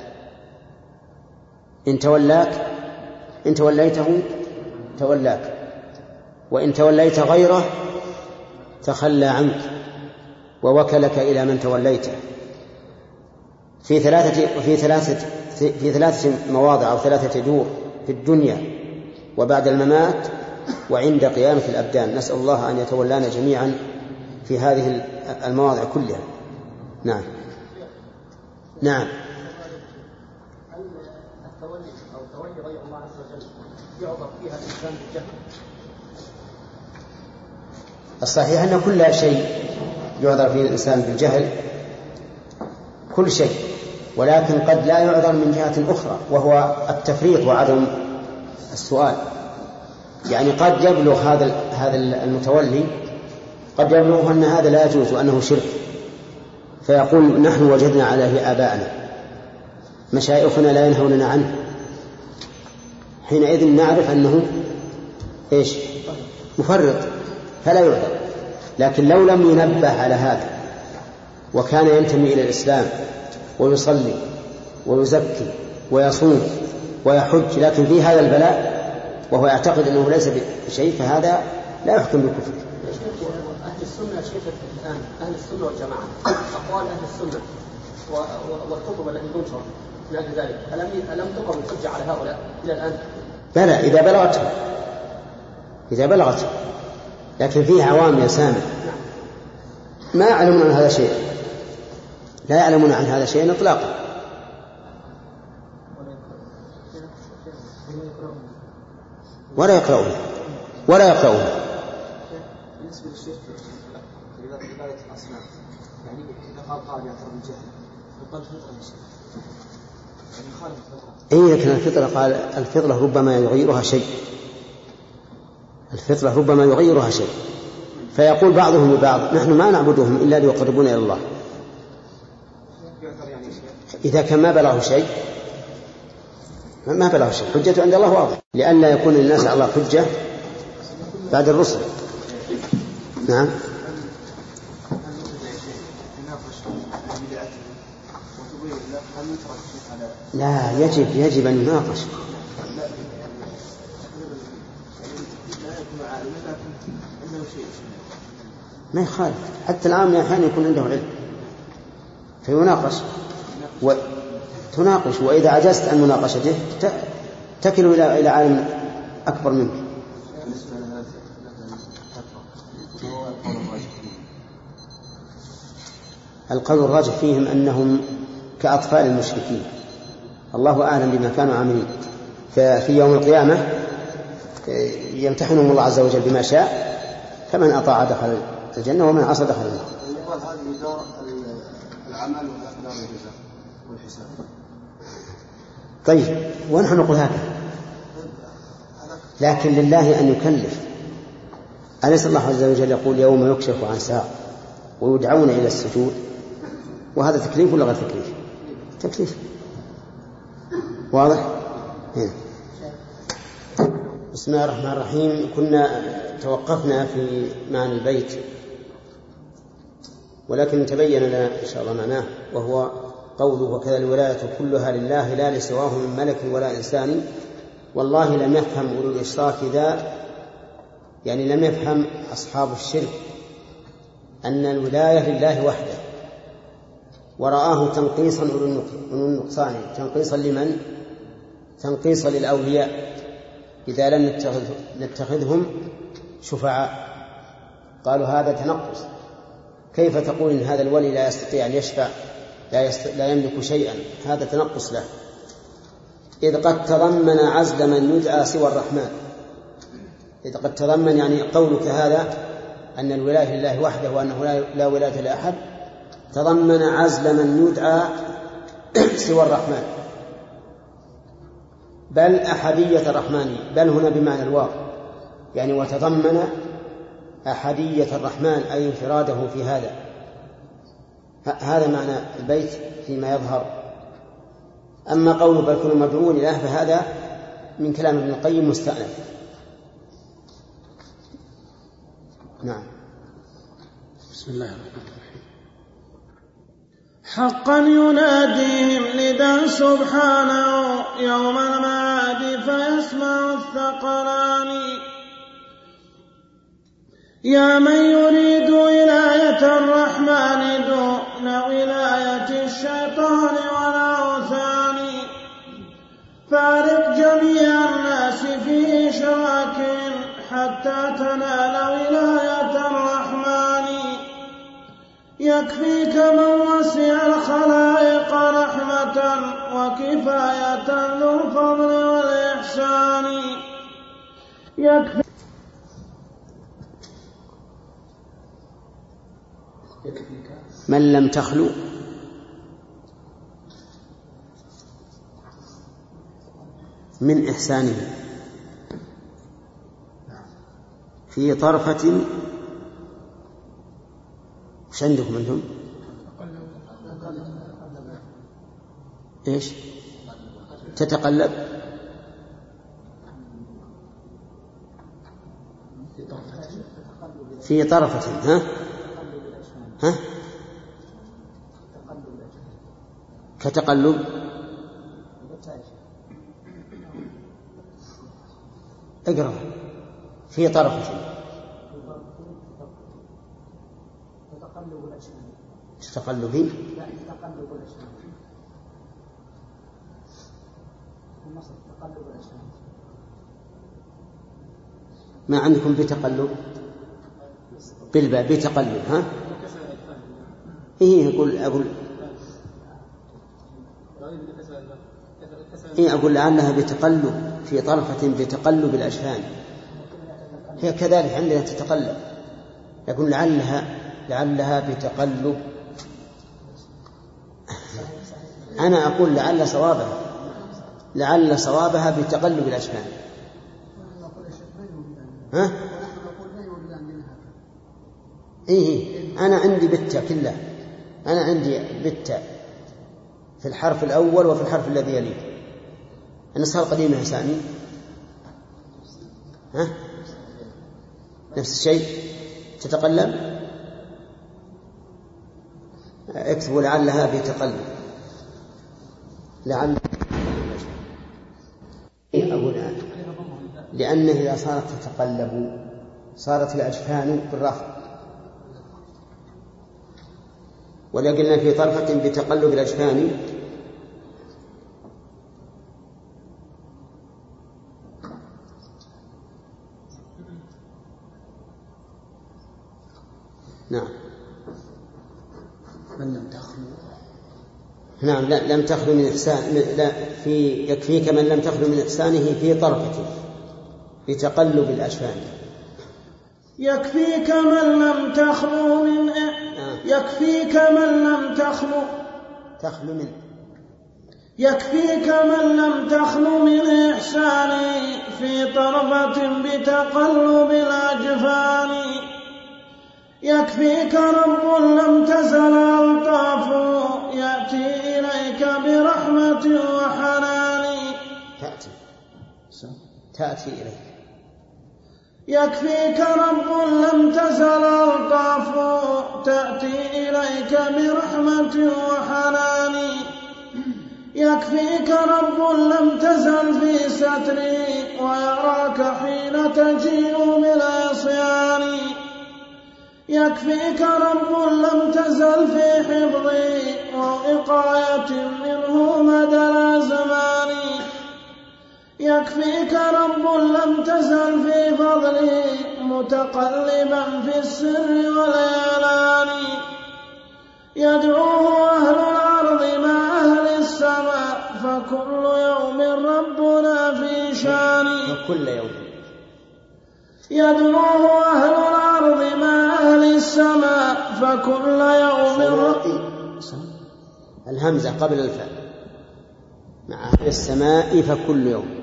إن تولاك إن توليته تولاك، وإن توليت غيره تخلى عنك ووكلك إلى من توليته. في ثلاثة في ثلاثة في ثلاثة مواضع أو ثلاثة دور في الدنيا وبعد الممات وعند قيامة الأبدان. نسأل الله أن يتولانا جميعا في هذه المواضع كلها. نعم نعم. هل التولي أو تولي غير الله عز وجل يعذر فيها الإنسان بالجهل؟ الصحيح أن كل شيء يعذر فيه الإنسان بالجهل، كل شيء، ولكن قد لا يعذر من جهة أخرى وهو التفريط وعدم السؤال. يعني قد يبلغ هذا هذا المتولي قد يبلغ أن هذا لا يجوز وأنه شرك، فيقول نحن وجدنا عليه آباءنا، مشايخنا لا ينهوننا عنه. حينئذ نعرف أنه إيش؟ مفرط، فلا يعذر. لكن لو لم ينبه على هذا وكان ينتمي إلى الإسلام ويصلي ويزكي ويصوم ويحج لكن في هذا البلاء وهو يعتقد أنه ليس بشيء فهذا لا يحكم بالكفر. أهل السنة شيخ الآن أهل السنة والجماعة أقوال أهل السنة والكتب التي تنشر من أجل ذلك ألم ألم تقم الحجة على هؤلاء إلى الآن؟ بلى إذا بلغتهم إذا بلغتهم لكن فيه عوام يا سامي ما يعلمون عن هذا شيء، لا يعلمون عن هذا شيء إطلاقا. ولا يقرؤون ولا يقرؤون. بالنسبة للشيخ في عبادة الأصنام، يعني إذا قال قال يعترف بالجهل يقال فطرة يا شيخ، يعني خالف الفطرة. إيه لكن الفطرة قال الفطرة ربما يغيرها شيء، الفطرة ربما يغيرها شيء، فيقول بعضهم لبعض نحن ما نعبدهم إلا ليقربونا إلى الله. إذا كان ما بلغه شيء ما بلغه شيء حجته عند الله واضح، لئلا يكون للناس على الله حجة بعد الرسل. نعم. لا يجب يجب أن يناقش. ما يخالف، حتى العام أحيانا يكون عنده علم فيناقش وتناقش، وإذا عجزت عن مناقشته تكل إلى إلى عالم أكبر منك. القول الراجح فيهم أنهم كأطفال المشركين، الله أعلم بما كانوا عاملين. ففي يوم القيامة يمتحنهم الله عز وجل بما شاء، فمن أطاع دخل الجنة ومن عصى دخل النار. يقال هذه دار العمل ودار الجزاء والحساب. طيب ونحن نقول هكذا، لكن لله أن يكلف. أليس الله عز وجل يقول يوم يكشف عن ساق ويدعون إلى السجود؟ وهذا تكليف ولا غير تكليف؟ تكليف واضح. هنا بسم الله الرحمن الرحيم. كنا توقفنا في معنى البيت، ولكن تبين لنا إن شاء الله معناه، وهو قوله وكذا الولاية كلها لله لا لسواه من ملك ولا إنسان. والله لم يفهم أولو الإشراك ذا، يعني لم يفهم أصحاب الشرك أن الولاية لله وحده، ورآه تنقيصا أولو النقصان، تنقيصا لمن؟ تنقيصا للأولياء إذا لم نتخذ نتخذهم شفعاء. قالوا هذا تنقص، كيف تقول إن هذا الولي لا يستطيع أن يشفع، لا, يست... لا يملك شيئا؟ هذا تنقص له، إذ قد تضمن عزل من يدعى سوى الرحمن. إذ قد تضمن يعني قولك هذا أن الولاية لله وحده وأنه لا ولاية لأحد، تضمن عزل من يدعى سوى الرحمن، بل أحدية الرحمن، بل هنا بمعنى الواو، يعني وتضمن أحدية الرحمن أي انفراده في هذا. هذا معنى البيت فيما يظهر. أما قوله بل كل مدعو إله فهذا من كلام ابن القيم مستأنف. نعم. بسم الله الرحمن الرحيم. حقا يناديهم لذا سبحانه يوم المعاد فيسمع الثقلان، يا من يريد ولاية الرحمن دون ولاية الشيطان والأوثان، فارق جميع الناس في شراك حتى تنال ولاية الرحمن، يكفيك من وسع الخلائق رحمة وكفاية ذو الفضل والإحسان، يكفي من لم تخلو من إحسانه في طرفة. وش عندكم أنتم؟ إيش؟ تتقلب في طرفة. ها؟ ها؟ كتقلب. اقرأ في طرفة. تتقلب الأشياء. تتقلب لا تتقلب الأشياء. في مصر تتقلب الأشياء. ما عندكم بتقلب بالباء بتقلب. ها؟ إيه أقول أقول إيه أقول لعلها بتقلب في طرفة بتقلب الأشفان، هي كذلك عندنا تتقلب، يقول لعلها لعلها بتقلب. أنا أقول لعل صوابها لعل صوابها بتقلب الأشفان. ها؟ إيه أنا عندي بالتاء كلها، أنا عندي بالتاء في الحرف الأول وفي الحرف الذي يليه. النسخة القديمة ثاني. ها؟ نفس الشيء تتقلب. اكتبوا لعلها بتقلب، لعل أقول الآن لأنه إذا صارت تتقلب صارت الأجفان بالرفع، ولكن في طرفة بتقلب الأجفان نعم. من لم تخلو نعم لا لم تخلو من إحسان لا في يكفيك من لم تخلو من إحسانه في طرفة بتقلب الأجفان. يكفيك من لم تخلو من آه. يكفيك من لم تخلو تخلو من يكفيك من لم تخلو من إحسانه في طرفة بتقلب الأجفان، يكفيك رب لم تزل ألطافه يأتي إليك برحمة وحنان. تأتي تأتي إليك يكفيك رب لم تزل ألطاف تأتي إليك برحمة وحنان يكفيك رب لم تزل في ستري ويراك حين تجيء بالعصيان يكفيك رب لم تزل في حفظي ووقاية منه مدى الأزمان يكفيك رب لم تزل في فضلي متقلبا في السر والإعلان يدعوه أهل الأرض مع أهل السماء فكل يوم ربنا في شان فكل يوم يدعوه أهل الأرض مع أهل السماء فكل يوم رب الهمزة قبل الفاء مع أهل السماء فكل يوم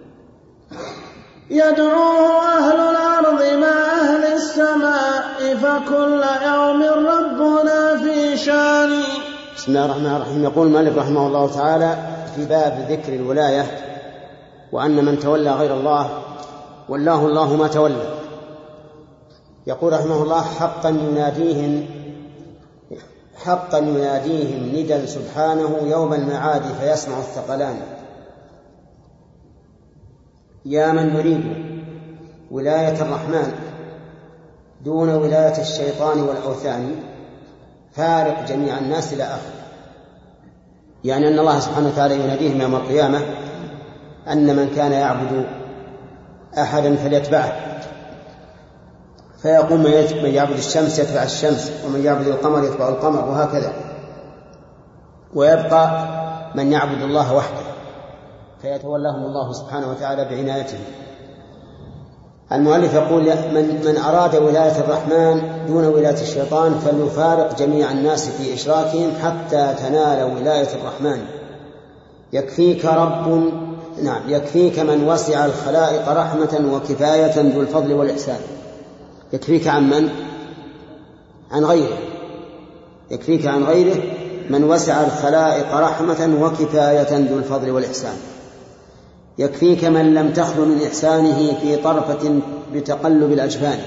يدعوه أهل الأرض مع أهل السماء فكل يوم ربنا في شان. بسم الله الرحمن الرحيم. يقول المؤلف رحمه الله تعالى في باب ذكر الولاية وأن من تولى غير الله والله الله ما تولى. يقول رحمه الله حقا يناديهم حقا يناديهم ندى سبحانه يوم المعاد فيسمع الثقلان. يا من يريد ولاية الرحمن دون ولاية الشيطان والأوثان فارق جميع الناس إلى آخر. يعني أن الله سبحانه وتعالى يناديهم يوم القيامة أن من كان يعبد أحدا فليتبعه، فيقوم من يعبد الشمس يتبع الشمس ومن يعبد القمر يتبع القمر وهكذا، ويبقى من يعبد الله وحده فيتولاهم الله سبحانه وتعالى بعنايته. المؤلف يقول من, من أراد ولاية الرحمن دون ولاية الشيطان فليفارق جميع الناس في إشراكهم حتى تنال ولاية الرحمن. يكفيك رب نعم يكفيك من وسع الخلائق رحمة وكفاية ذو الفضل والإحسان. يكفيك عن من؟ عن غيره. يكفيك عن غيره من وسع الخلائق رحمة وكفاية ذو الفضل والإحسان. يكفيك من لم تخل من إحسانه في طرفة بتقلب الأجفان،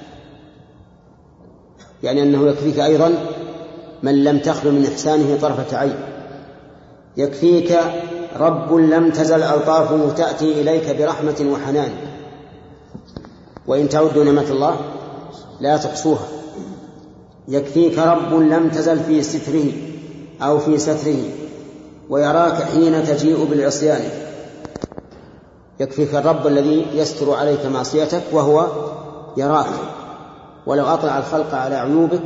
يعني أنه يكفيك أيضا من لم تخل من إحسانه طرفة عين. يكفيك رب لم تزل ألطافه تأتي إليك برحمة وحنان، وإن تعدوا نعمة الله لا تحصوها. يكفيك رب لم تزل في ستره أو في ستره ويراك حين تجيء بالعصيان. يكفيك الرب الذي يستر عليك معصيتك وهو يراك، ولو أطلع الخلق على عيوبك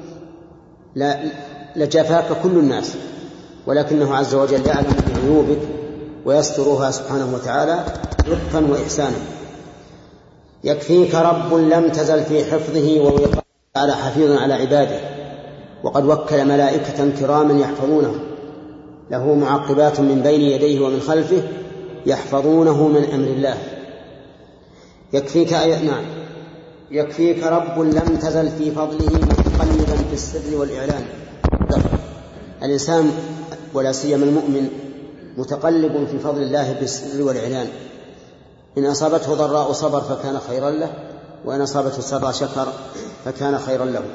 لجافاك كل الناس، ولكنه عز وجل يعلم بعيوبك ويسترها سبحانه وتعالى لطفا وإحسانا. يكفيك رب لم تزل في حفظه ووقايته على حفيظ على عباده، وقد وكل ملائكة كراما يحفظونه له معقبات من بين يديه ومن خلفه يحفظونه من أمر الله. يكفيك أي... نعم يكفيك رب لم تزل في فضله متقلبا في السر والإعلان. الإنسان ولا سيما المؤمن متقلب في فضل الله بالسر والإعلان. إن أصابته ضراء صبر فكان خيرا له، وإن أصابته سراء شكر فكان خيرا له.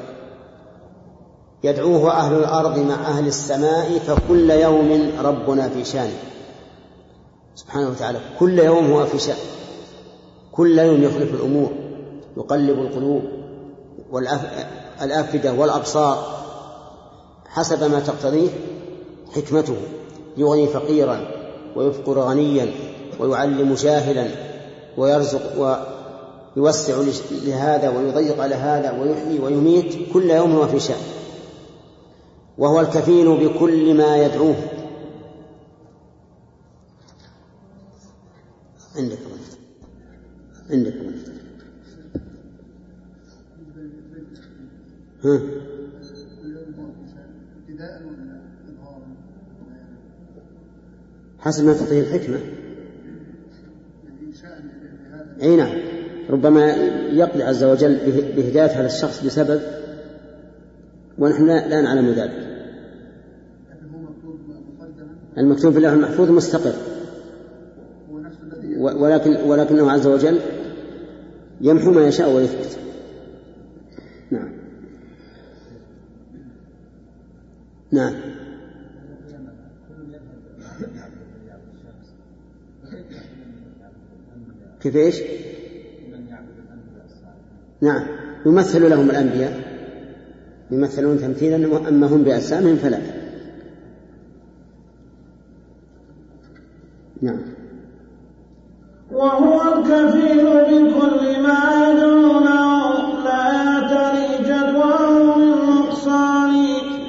يدعوه أهل الأرض مع أهل السماء فكل يوم ربنا في شان. سبحانه وتعالى كل يوم هو في شأن، كل يوم يخلف الأمور، يقلب القلوب والأفئدة والأبصار حسب ما تقتضيه حكمته. يغني فقيرا ويفقر غنيا ويعلم جاهلا ويرزق ويوسع لهذا ويضيق على هذا ويحيي ويميت. كل يوم هو في شأن، وهو الكفيل بكل ما يدعوه. عندك عندك ها حسب ما تقتضيه الحكمة. أي نعم، ربما يقضي عز وجل بهداية هذا الشخص بسبب ونحن لا نعلم ذلك. المكتوب في اللوح المحفوظ مستقر، ولكن ولكنه عز وجل يمحو ما يشاء ويثبت. نعم نعم. كيف إيش؟ نعم يمثل لهم الأنبياء، يمثلون تمثيلا، أما هم بأجسامهم فلا. نعم. وهو الكفيل بكل ما يدعونه لا يعتري جدواه من نقصان،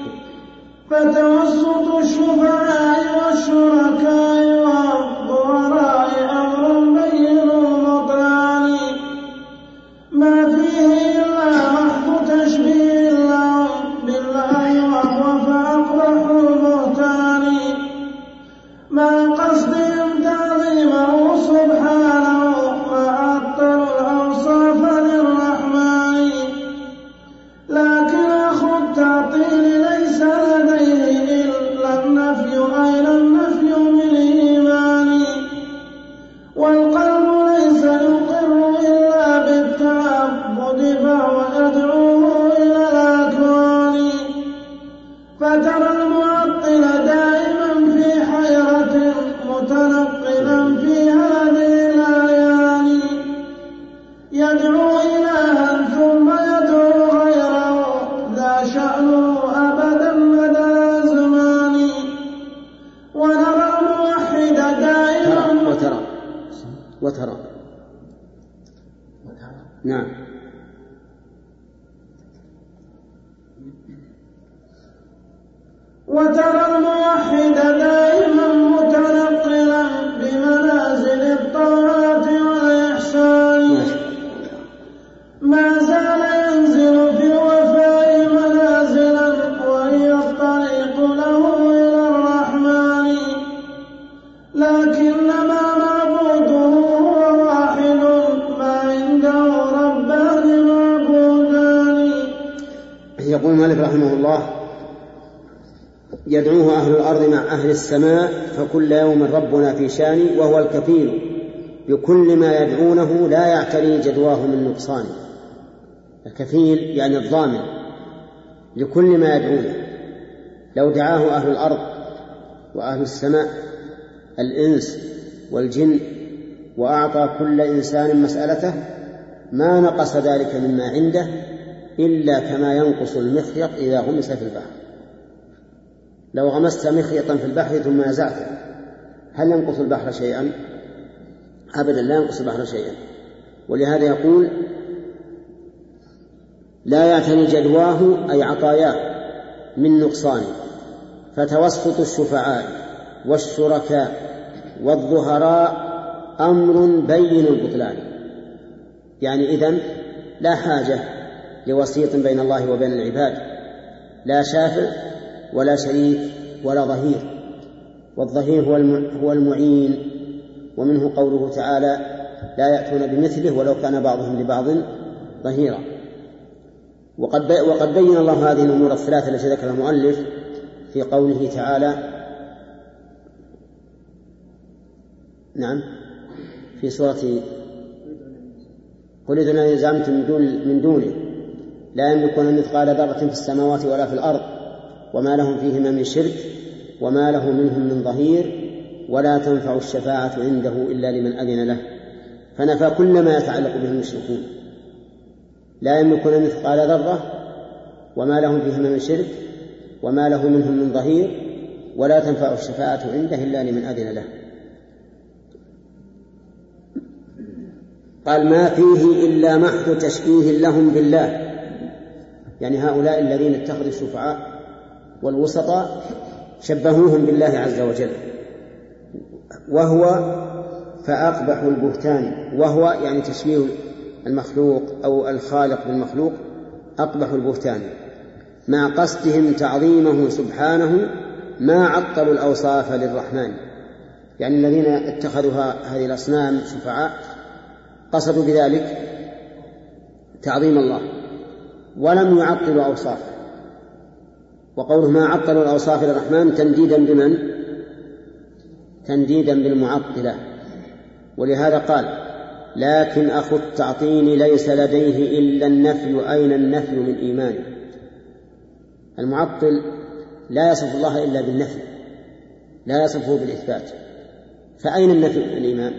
فتوسط الشفعاء والشركاء والضراء أمر بين بطلان، ما فيه إلا محض تشبيه لهم بالله وهو فأقبح البهتان، ما قصدهم تعظيمه سبحانه وعطلوا الأوصاف للرحمن، لكن أخو التعطيل ليس لديه إلا النفي أين النفي من إيمان، والقلب ليس يقر إلا بالتعبد فهو يدعوه إلى الأكوان، فترى المعطل دائما في حيرة متنقلا في هذه الأعيان، يدعو إلها ثم يدعو غيره ذا شأنه أبدا مدى زمان، ونرى الموحد دائما وترى وترى نعم. وترى الموحد دائما متنقلا بمنازل الطاعات والإحسان، ما زال ينزل في الوفاء منازلا وهي الطريق له إلى الرحمن، لكنما معبوده هو واحد ما عنده ربان معبودان. يقول مالك رحمه الله: يدعوه أهل الأرض مع أهل السماء فكل يوم ربنا في شان، وهو الكفيل بكل ما يدعونه لا يعتري جدواه من نقصان. الكفيل يعني الضامن لكل ما يدعونه، لو دعاه أهل الأرض وأهل السماء الإنس والجن وأعطى كل إنسان مسألته ما نقص ذلك مما عنده إلا كما ينقص المخيط إذا غمس في البحر. لو غمست مخيطا في البحر ثم نزعته هل ينقص البحر شيئا؟ أبدا لا ينقص البحر شيئا. ولهذا يقول: لا يعتني جدواه أي عطاياه من نقصان، فتوسط الشفعاء والشركاء والظهراء أمر بين البطلان. يعني إذن لا حاجة لوسيط بين الله وبين العباد، لا شافع ولا شريك ولا ظهير. والظهير هو المعين، ومنه قوله تعالى: لا يأتون بمثله ولو كان بعضهم لبعض ظهيرا. وقد وقد بين الله هذه الأمور الثلاثة التي ذكرها المؤلف في قوله تعالى: نعم في سورة قل إذن الذين زعمتم من دون من دونه لا يملكون مثقال ذرة في السماوات ولا في الأرض وما لهم فيهما من شرك وما له منهم من ظهير ولا تنفع الشفاعة عنده إلا لمن أذن له. فنفى كل ما يتعلق به المشركون: لا يملكون مثقال ذرة وما لهم فيهما من شرك وما له منهم من ظهير ولا تنفع الشفاعة عنده إلا لمن أذن له. قال: ما فيه إلا محض تشبيه لهم بالله، يعني هؤلاء الذين اتخذوا الشفعاء والوسطاء شبهوهم بالله عز وجل. وهو فأقبح البهتان، وهو يعني تشبيه المخلوق أو الخالق بالمخلوق، أقبح البهتان، مع قصدهم تعظيمه سبحانه ما عطلوا الأوصاف للرحمن. يعني الذين اتخذوا هذه الأصنام شفعاء قصدوا بذلك تعظيم الله ولم يعطلوا أوصافه. وقوله ما عطلوا الأوصاف للرحمن تنديدا بمن؟ تنديدا بالمعطلة. ولهذا قال: لكن أخو التعطيل ليس لديه إلا النفي. أين النفي من إيمانه؟ المعطل لا يصف الله إلا بالنفي، لا يصفه بالإثبات، فأين النفي من الإيمان؟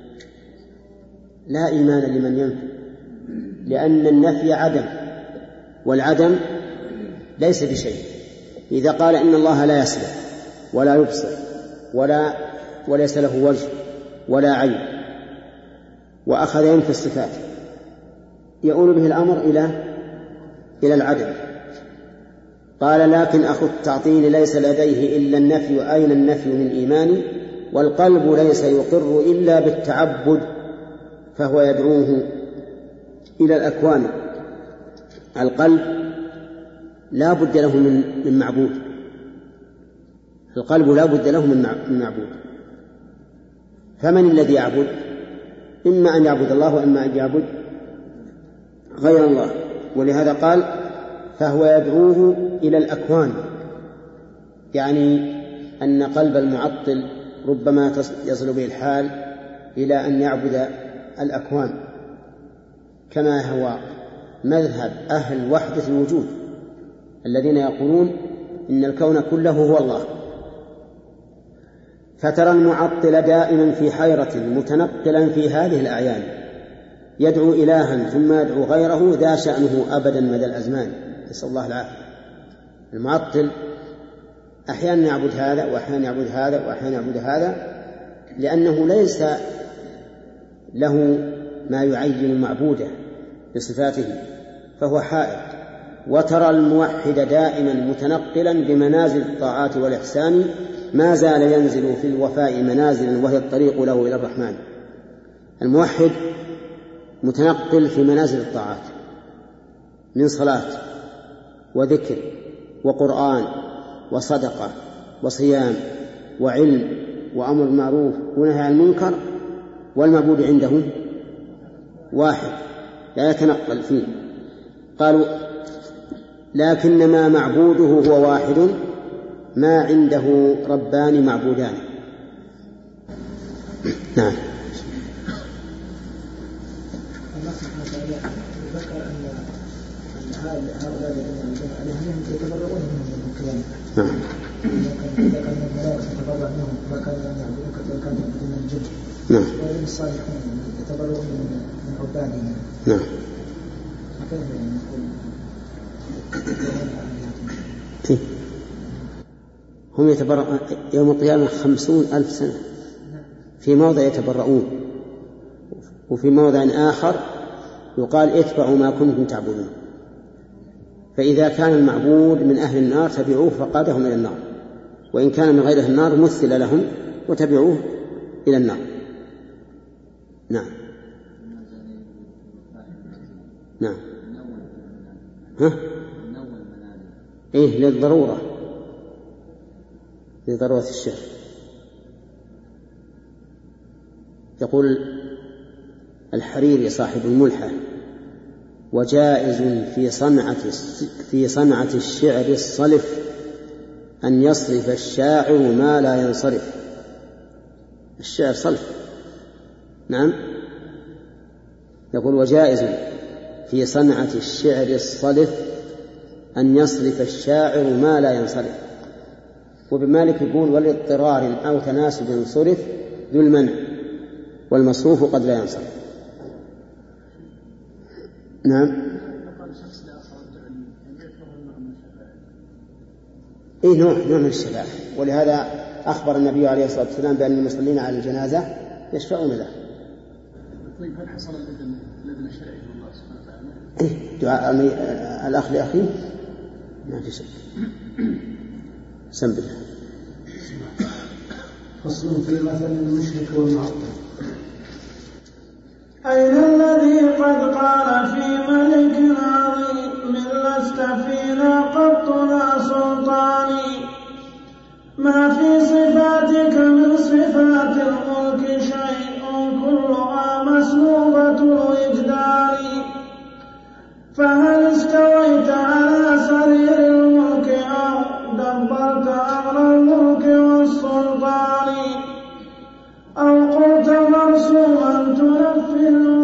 لا إيمان لمن ينفي، لأن النفي عدم، والعدم ليس بشيء. إذا قال إن الله لا يسمع ولا يبصر ولا وليس له وجه ولا عين وأخذ ينفي الصفات يؤول به الأمر إلى إلى العدم. قال لكن أخو التعطيل ليس لديه إلا النفي. أين النفي من إيمانه؟ والقلب ليس يقر إلا بالتعبد، فهو يدعوه إلى الأكوان. القلب لا بد له من من معبود، القلب لا بد له من معبود. فمن الذي يعبد؟ إما أن يعبد الله وإما أن يعبد غير الله. ولهذا قال فهو يدعوه إلى الأكوان، يعني أن قلب المعطل ربما يصل به الحال إلى أن يعبد الأكوان، كما هو مذهب أهل وحدة الوجود الذين يقولون إن الكون كله هو الله. فترى المعطل دائما في حيرة متنقلا في هذه الأعيان، يدعو إلها ثم يدعو غيره ذا شأنه أبدا مدى الأزمان، نسأل الله العافية. المعطل أحيانا يعبد هذا وأحيانا يعبد هذا وأحيانا يعبد هذا، لأنه ليس له ما يعين معبوده بصفاته، فهو حائر. وترى الموحد دائما متنقلا بمنازل الطاعات والإحسان، ما زال ينزل في الوفاء منازلا وهي الطريق له إلى الرحمن. الموحد متنقل في منازل الطاعات من صلاة وذكر وقرآن وصدقة وصيام وعلم وأمر معروف ونهي عن المنكر، والمعبود عنده واحد لا يتنقل فيه. قالوا لكنما معبوده هو واحد، ما عنده ربان معبودان. نعم. ذكر أن هؤلاء الذين يتبرؤون منهم من القيامة. نعم. ذكر أن الملائكة تتبرأ منهم ما كانوا يعبدون كانوا يعبدون الجن. نعم. وهم الصالحون يتبرؤون من عبادهم. نعم. كيف نقول؟ هم يتبرؤون يوم القيامة خمسون ألف سنة، في موضع يتبرؤون، وفي موضع آخر يقال اتبعوا ما كنتم تعبدون. فإذا كان المعبود من أهل النار تبعوه فقادهم إلى النار، وإن كان من غير النار مثل لهم وتبعوه إلى النار. نعم. نعم. ها؟ إيه للضرورة، لضرورة الشعر. يقول الحريري صاحب الملحة: وجائز في صنعة في صنعة الشعر الصلف أن يصرف الشاعر ما لا ينصرف. الشعر صلف. نعم. يقول وجائز في صنعة الشعر الصلف أن يصرف الشاعر ما لا ينصرف. وبمالك يقول ولاضطرار أو تناسب صرف ذو المنع، والمصروف قد لا ينصرف. نعم. إيه نوع نوع من الشفاعة، ولهذا أخبر النبي عليه الصلاة والسلام بأن المصلين على الجنازة يشفعون له. طيب هل حصل الإذن الإذن الشرعي من الله سبحانه وتعالى؟ إيه دعاء الأخ لأخيه ما في شك. سم بالله. فصل في مثل المشرك والمعطل. أين الذي قد قال في ملك عظيم من لست فينا قط لا سلطاني، ما في صفاتك من صفات الملك شيء كلها مسلوبة الوجدان، فهل استويت على سرير الملك أو دبرت أمر الملك والسلطان، أو قلت مرسوما تنفذ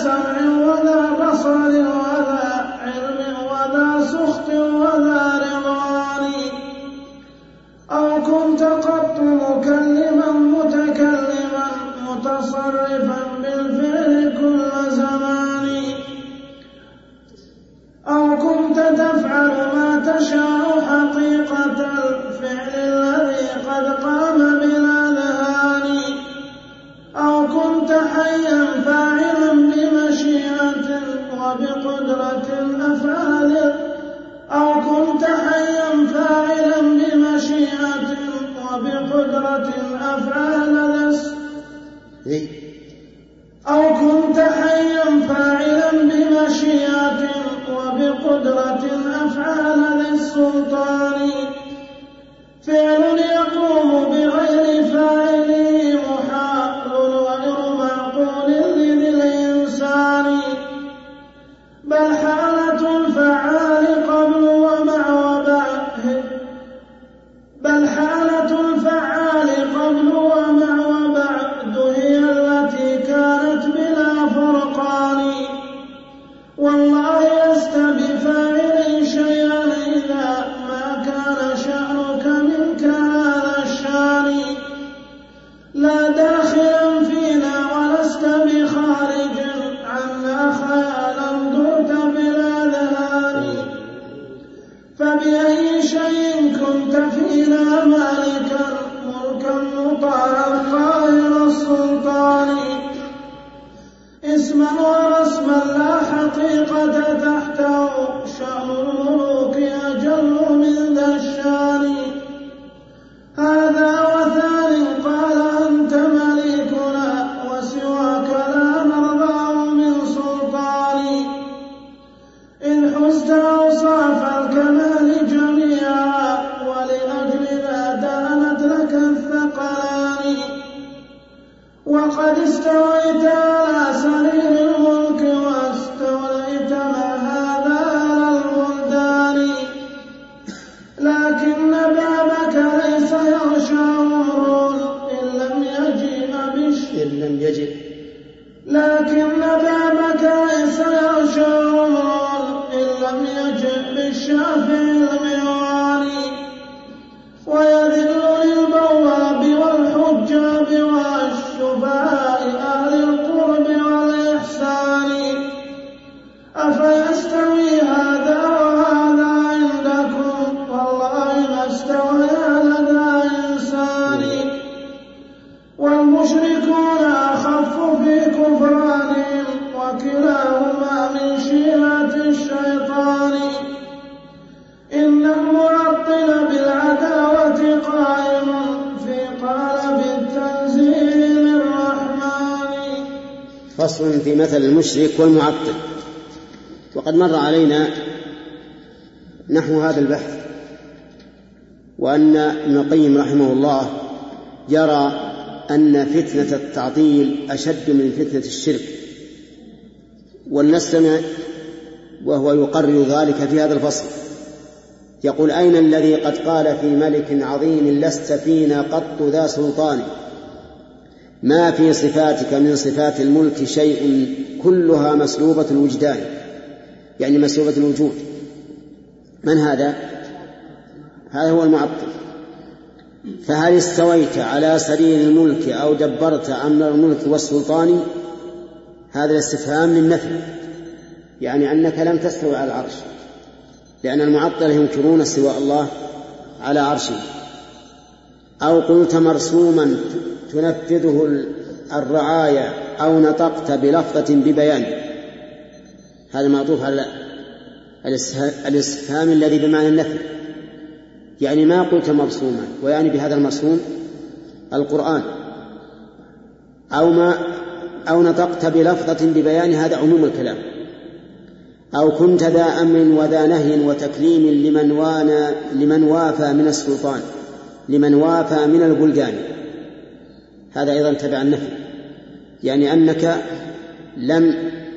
سمع وذا بصر وذا علم وذا سخط وذا رضوان أو كنت قط مكلما متكلما متصرفا بالفعل كل زمان أو كنت تفعل ما تشاء حقيقة الفعل الذي قد قام بالأذهان أو كنت حيا فاعلا بمشيئة وبقدرة أفعال أو كنت حيا فاعلا بمشيئة وبقدرة أفعال ذس أو كنت حيا فاعلا بمشيئة وبقدرة أفعال ذي السلطان فعل يقوم بغير فاعله محال غير معقول لذي الإنسان بل حالة الفعال قبل ومع وبعد بل حالة الفعال قبل ومع وبعد هي التي كانت بلا فرقان والله لست بفاعل شيئا إذا ما كان شأنك منك هذا الشان لا داخلا فينا ولست بخارج عنا خيالا درت بالأذهان فبأي شيء كنت فينا مالكا ملكا مطاعا قاهر السلطان اسما ورسما لا حقيقة تحته شأن الملوك أجل من ذا الشان هذا وثاني قال أنت مليكنا وسواك لا نرضى من سلطان إن حزت أوصاف الكمال جميعا ولأجل ذا دانت لك الثقلان وقد استويت على سرير الملك واستوليت مع هذا على الولدان لكن بابك ليس يغشى عمر إن لم يجئ بش إن لم يجئ لكن بابك ليس يغشى عمر إن لم يجئ بالشافع المعواني ويذل للبواب والحجاب والشفعاء أهل القرب والإحسان أفيستوي هذا وهذا عندكم والله ما استوى لدى إنسان والمشركون أخف في كفرانهم وكلاهما من شيعة الشيطان إن المعطل بالعداوة قائم في قالب التنزيل للرحمن. فصل في مثل المشرك والمعطل. وقد مر علينا نحو هذا البحث وأن ابن القيم رحمه الله يرى أن فتنة التعطيل أشد من فتنة الشرك ولنستمع وهو يقرر ذلك في هذا الفصل. يقول أين الذي قد قال في ملك عظيم لست فينا قط ذا سلطان ما في صفاتك من صفات الملك شيء كلها مسلوبة الوجدان يعني مسلوبة الوجود. من هذا؟ هذا هو المعطل. فهل استويت على سرير الملك أو دبرت أمر الملك والسلطان؟ هذا الاستفهام للنفي يعني أنك لم تستوي على العرش لأن المعطلة ينكرون استواء الله على عرشه. أو قلت مرسوما تنفذه الرعايا أو نطقت بلفظة ببيان. هذا معطوف على الاستفهام الذي بمعنى النفي يعني ما قلت مرسوما ويعني بهذا المرسوم القرآن أو, ما أو نطقت بلفظة ببيان هذا عموم الكلام. أو كنت ذا أمر وذا نهي وتكليم لمن, وانا لمن وافى من السلطان لمن وافى من البلدان. هذا أيضا تبع النفي يعني أنك لم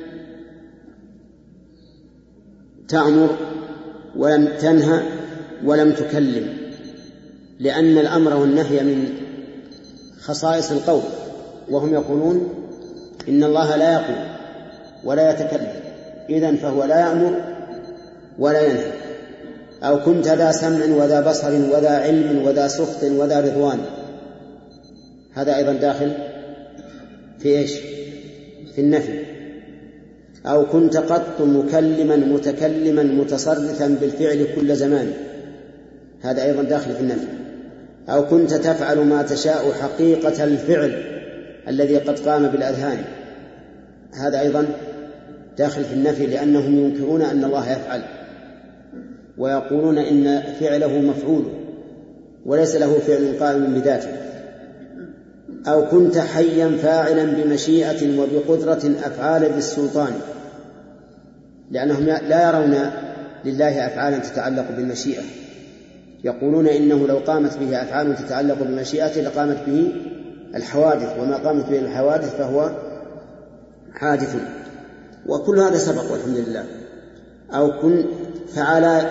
تأمر ولم تنهى ولم تكلم لأن الأمر والنهي من خصائص القول وهم يقولون إن الله لا يقول ولا يتكلم، إذن فهو لا يأمر ولا ينهى. أو كنت ذا سمع وذا بصر وذا علم وذا سخط وذا رضوان، هذا أيضا داخل في إيش؟ في النفي. أو كنت قط مكلما متكلما متصرفا بالفعل كل زمان، هذا أيضا داخل في النفي. أو كنت تفعل ما تشاء حقيقة الفعل الذي قد قام بالأذهان، هذا أيضا داخل في النفي، لأنهم ينكرون أن الله يفعل ويقولون إن فعله مفعول وليس له فعل قائم بذاته. أو كنت حيا فاعلا بمشيئة وبقدرة أفعال بالسلطان، لأنهم لا يرون لله أفعالا تتعلق بالمشيئة، يقولون إنه لو قامت به أفعال تتعلق بالمشيئة لقامت به الحوادث، وما قامت به الحوادث فهو حادث. وكل هذا سبق والحمد لله. أو كن فعل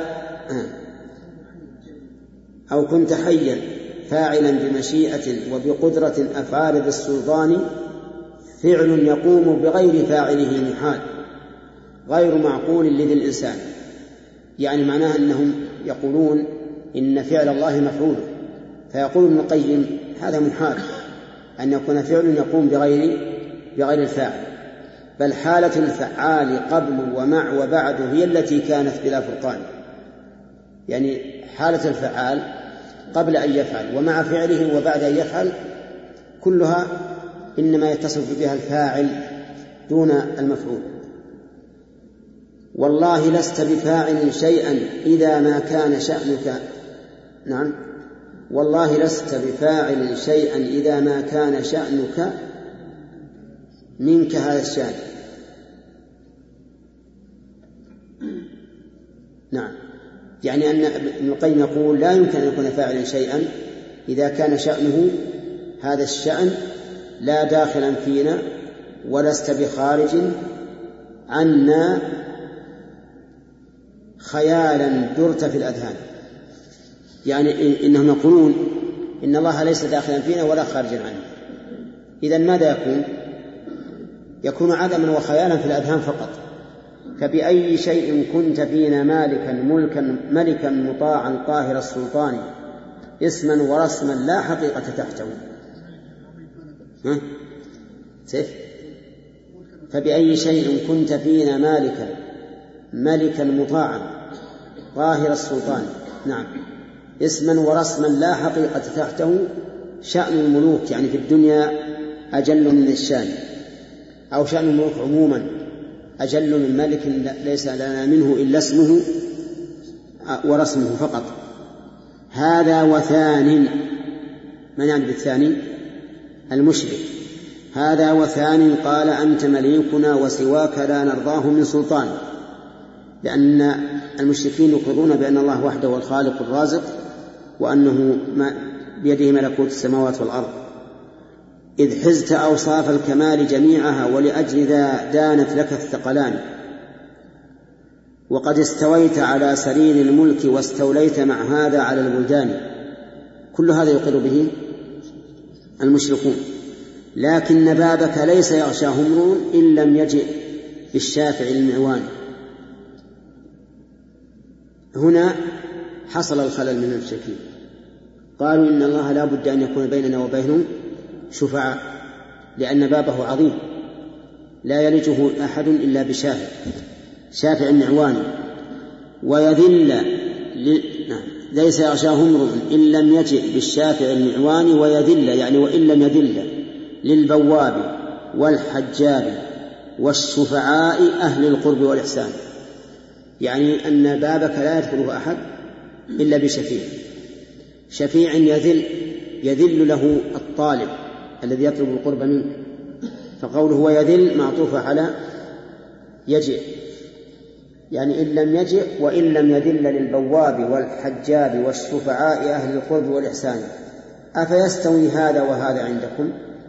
أو كنت حيا فاعلا بمشيئة وبقدرة أفعال بالسلطان، فعل يقوم بغير فاعله محال غير معقول لذي الإنسان. يعني معناها أنهم يقولون إن فعل الله مفعول، فيقول ابن القيم هذا محال أن يكون فعل يقوم بغير بغير الفاعل، بل حالة الفعال قبل ومع وبعد هي التي كانت بلا فرقان. يعني حالة الفعال قبل أن يفعل ومع فعله وبعد أن يفعل كلها إنما يتصف بها الفاعل دون المفعول. والله لست بفاعل شيئا إذا ما كان شأنك نعم والله لست بفاعل شيئا إذا ما كان شأنك منك هذا الشأن. نعم، يعني أن ابن القيم يقول لا يمكن أن يكون فاعلا شيئا إذا كان شأنه هذا الشأن لا داخلا فينا ولست بخارج عنا خيالا درت في الأذهان. يعني إنهم يقولون إن الله ليس داخلا فينا ولا خارجا عنا، إذن ماذا يكون؟ يكون عدما وخيالا في الأذهان فقط. فبأي شيء كنت فينا مالكا ملكا ملكا مطاعا قاهر السلطان اسما ورسما لا حقيقة تحته. ها؟ سيف فبأي شيء كنت فينا مالكا ملكا مطاعا قاهر السلطان، نعم، اسما ورسما لا حقيقة تحته. شأن الملوك يعني في الدنيا أجل من الشان، أو شأن الملوك عموما أجل من ملك ليس لنا منه إلا اسمه ورسمه فقط. هذا وثان، من يعني بالثاني؟ المشرك. هذا وثان قال أنت مليكنا وسواك لا نرضاه من سلطان، لأن المشركين يقرون بأن الله وحده هو الخالق الرازق وأنه بيده ملكوت السماوات والأرض. إذ حزت أوصاف الكمال جميعها ولأجل ذا دانت لك الثقلان، وقد استويت على سرير الملك واستوليت مع هذا على البلدان. كل هذا يقر به المشركون، لكن بابك ليس يغشاه امرؤ إن لم يجئ بالشافع المعوان. هنا حصل الخلل من المشركين، قالوا إن الله لا بد أن يكون بيننا وبينه شفعاء، لأن بابه عظيم لا يلجه أحد إلا بشافع شافع النعوان. ويذل ل... ليس يغشاه امرؤ إن لم يجئ بالشافع النعوان، ويذل يعني وإن لم يذل للبواب والحجاب والشفعاء أهل القرب والإحسان، يعني أن بابك لا يدخله أحد إلا بشفيع شفيع يذل يذل له الطالب الذي يطلب القرب منك. فقوله ويذل معطوف على يجئ، يعني إن لم يجئ وإن لم يذل للبواب والحجاب والشفعاء أهل القرب والإحسان. أفيستوي هذا وهذا عندكم؟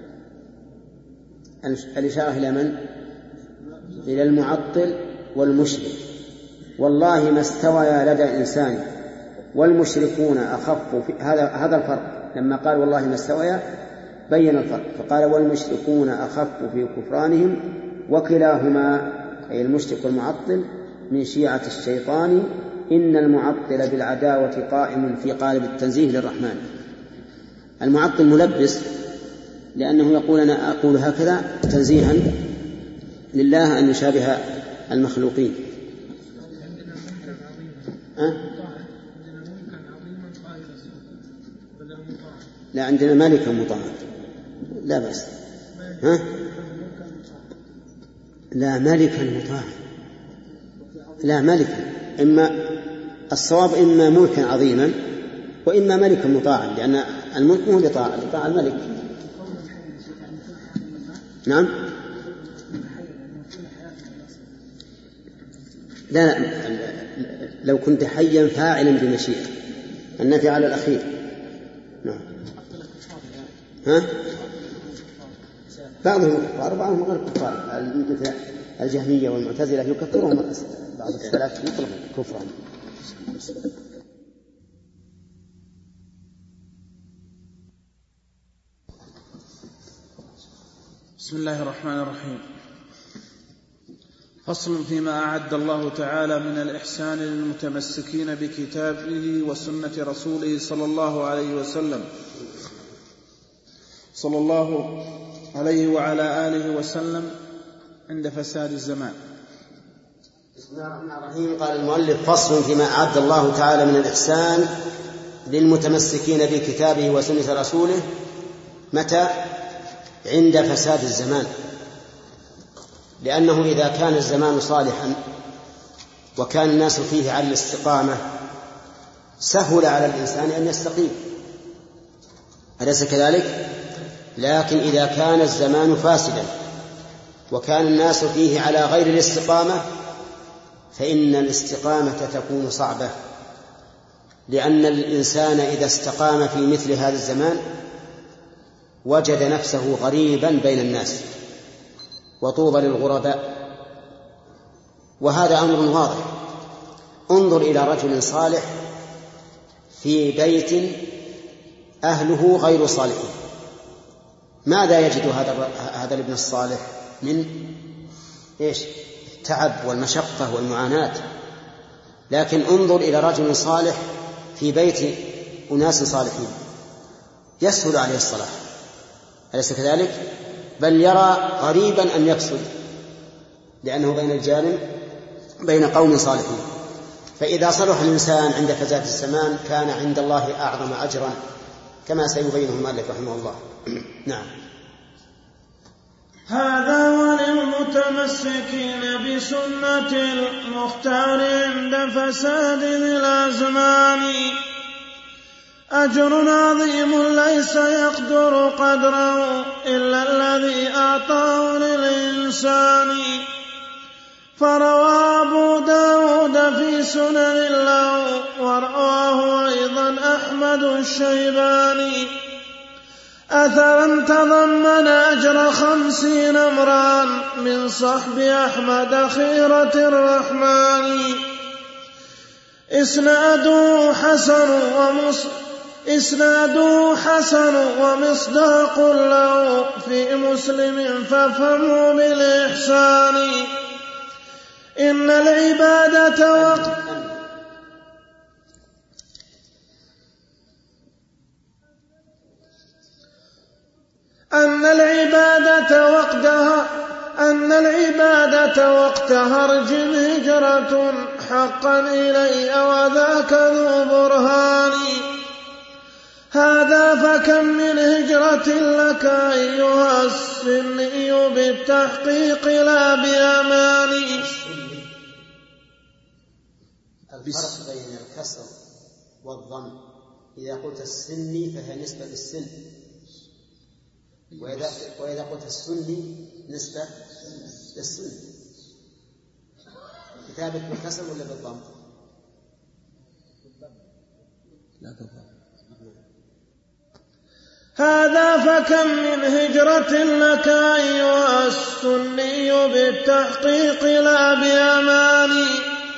الإشارة إلى من؟ إلى المعطل والمشرك. والله ما استوى لدى إنسان والمشركون أخف في هذا هذا الفرق. لما قال والله ما استوى بين الفرق، فقال والمشركون أخف في كفرانهم وكلاهما أي المشرك والمعطل من شيعة الشيطان. إن المعطل بالعداوة قائم في قالب التنزيه للرحمن. المعطل ملبس لأنه يقول أنا أقول هكذا تنزيها لله أن يشابه المخلوقين. أه؟ لا عندنا ملكا مطاعا لا بس ها؟ لا ملكا مطاعا لا ملكا إما الصواب إما ملكا عظيما وإما ملكا مطاعا لأن الملك مو لطاعة لطاعة الملك. نعم لا, لا لو كنت حيا فاعلا بمشيئة النفي على الأخير. نعم ها بعضهم كفار بعضهم غير كفار مثل الجهمية والمعتزلة يكفرهم بعض السلف يطلق كفرهم. بسم الله الرحمن الرحيم. فصل فيما أعد الله تعالى من الإحسان للمتمسكين بكتابه وسنة رسوله صلى الله عليه وسلم صلى الله عليه وعلى آله وسلم عند فساد الزمان. بسم الله الرحمن الرحيم. قال المؤلف فصل فيما أعد الله تعالى من الإحسان للمتمسكين بكتابه وسنة رسوله. متى؟ عند فساد الزمان، لأنه إذا كان الزمان صالحا وكان الناس فيه على الاستقامة سهل على الإنسان أن يستقيم، أليس كذلك؟ لكن إذا كان الزمان فاسدا وكان الناس فيه على غير الاستقامة فإن الاستقامة تكون صعبة، لأن الإنسان إذا استقام في مثل هذا الزمان وجد نفسه غريبا بين الناس وطوبى للغرباء. وهذا أمر واضح. انظر إلى رجل صالح في بيت أهله غير صالحين، ماذا يجد هذا هذا الابن الصالح من إيش؟ التعب والمشقة والمعاناة. لكن انظر إلى رجل صالح في بيت أناس صالحين يسهل عليه الصلاح، أليس كذلك؟ بل يرى غريبا أن يفسد لأنه بين الجانب بين قوم صالحين. فإذا صلح الإنسان عند فساد الزمان كان عند الله أعظم أجرا كما سيبينه المؤلف رحمه الله. نعم. هذا وللمتمسكين بسنة المختار عند فساد الأزمان أجر عظيم ليس يقدر قدره إلا الذي أعطاه للإنسان. فروى أبو داود في سنن له ورواه أيضا أحمد الشيباني أثرا تضمن أجر خمسين امرأ من صحب أحمد خيرة الرحمن. إسناده حسن ومص إسناده حسن ومصداق له في مسلم فافهموا بالإحسان. إن العبادة وقت أن العبادة وقتها أن العبادة وقت هرج هجرة حقا إلي وذاك ذو برهان. هذا فكم من هجرة لك أيها السني بالتحقيق لا بأماني. الفرق بين الكسر والضم، إذا قلت السني فهي نسبة للسن، وإذا, وإذا قلت السني نسبة للسن. كتابة بالكسر ولا بالضم؟ لا بالضم. هذا فكم من هجرة لك أيها السني بالتحقيق لا بأماني.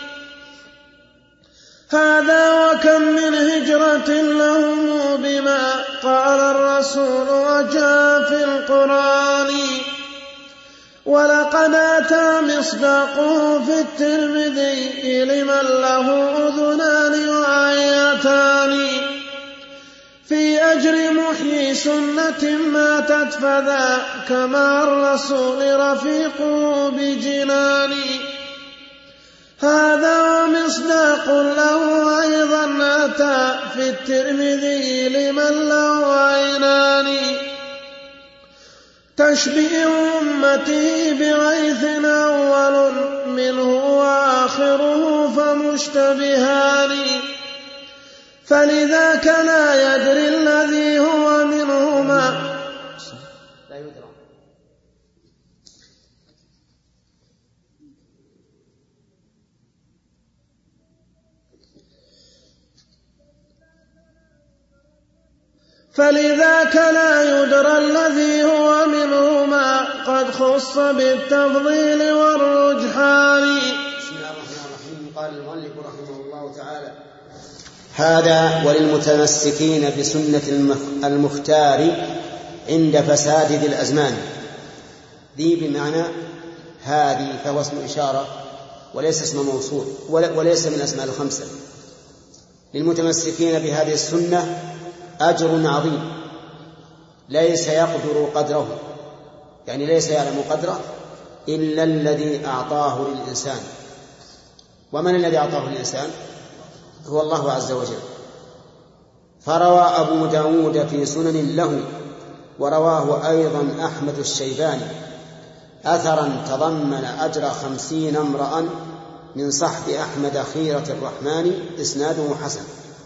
هذا وكم من هجرة لهم بما قال الرسول وجاء في القرآن. ولقد أتى مصداقه في الترمذي لمن له أذنان وعيتان في أجر محيي سنة ماتت فذاك مع الرسول رفيقه بجنان. هذا مصداق له أيضا أتى في الترمذي لمن له عينان تشبيه أمته بغيث أول منه وآخره فمشتبهان فلذاك لا يدري الذي هو منهما لا يدرى. فلذاك لا يدرى الذي هو منهما قد خص بالتفضيل والرجحان. بسم الله الرحمن الرحيم. قال المؤلف رحمه الله تعالى: هذا وللمتمسكين بسنة المختار عند فساد ذي الأزمان. ذي بمعنى هذه، فهو اسم إشارة وليس اسم موصول وليس من الأسماء الخمسة. للمتمسكين بهذه السنة أجر عظيم ليس يقدر قدره، يعني ليس يعلم قدره إلا الذي أعطاه للإنسان. ومن الذي أعطاه للإنسان؟ هو الله عز وجل. فروى أبو داود في سنن له، ورواه أيضا أحمد الشيباني، أثرا تضمن أجر خمسين امرأ من صحب أحمد خيرة الرحمن، إسناده حسن.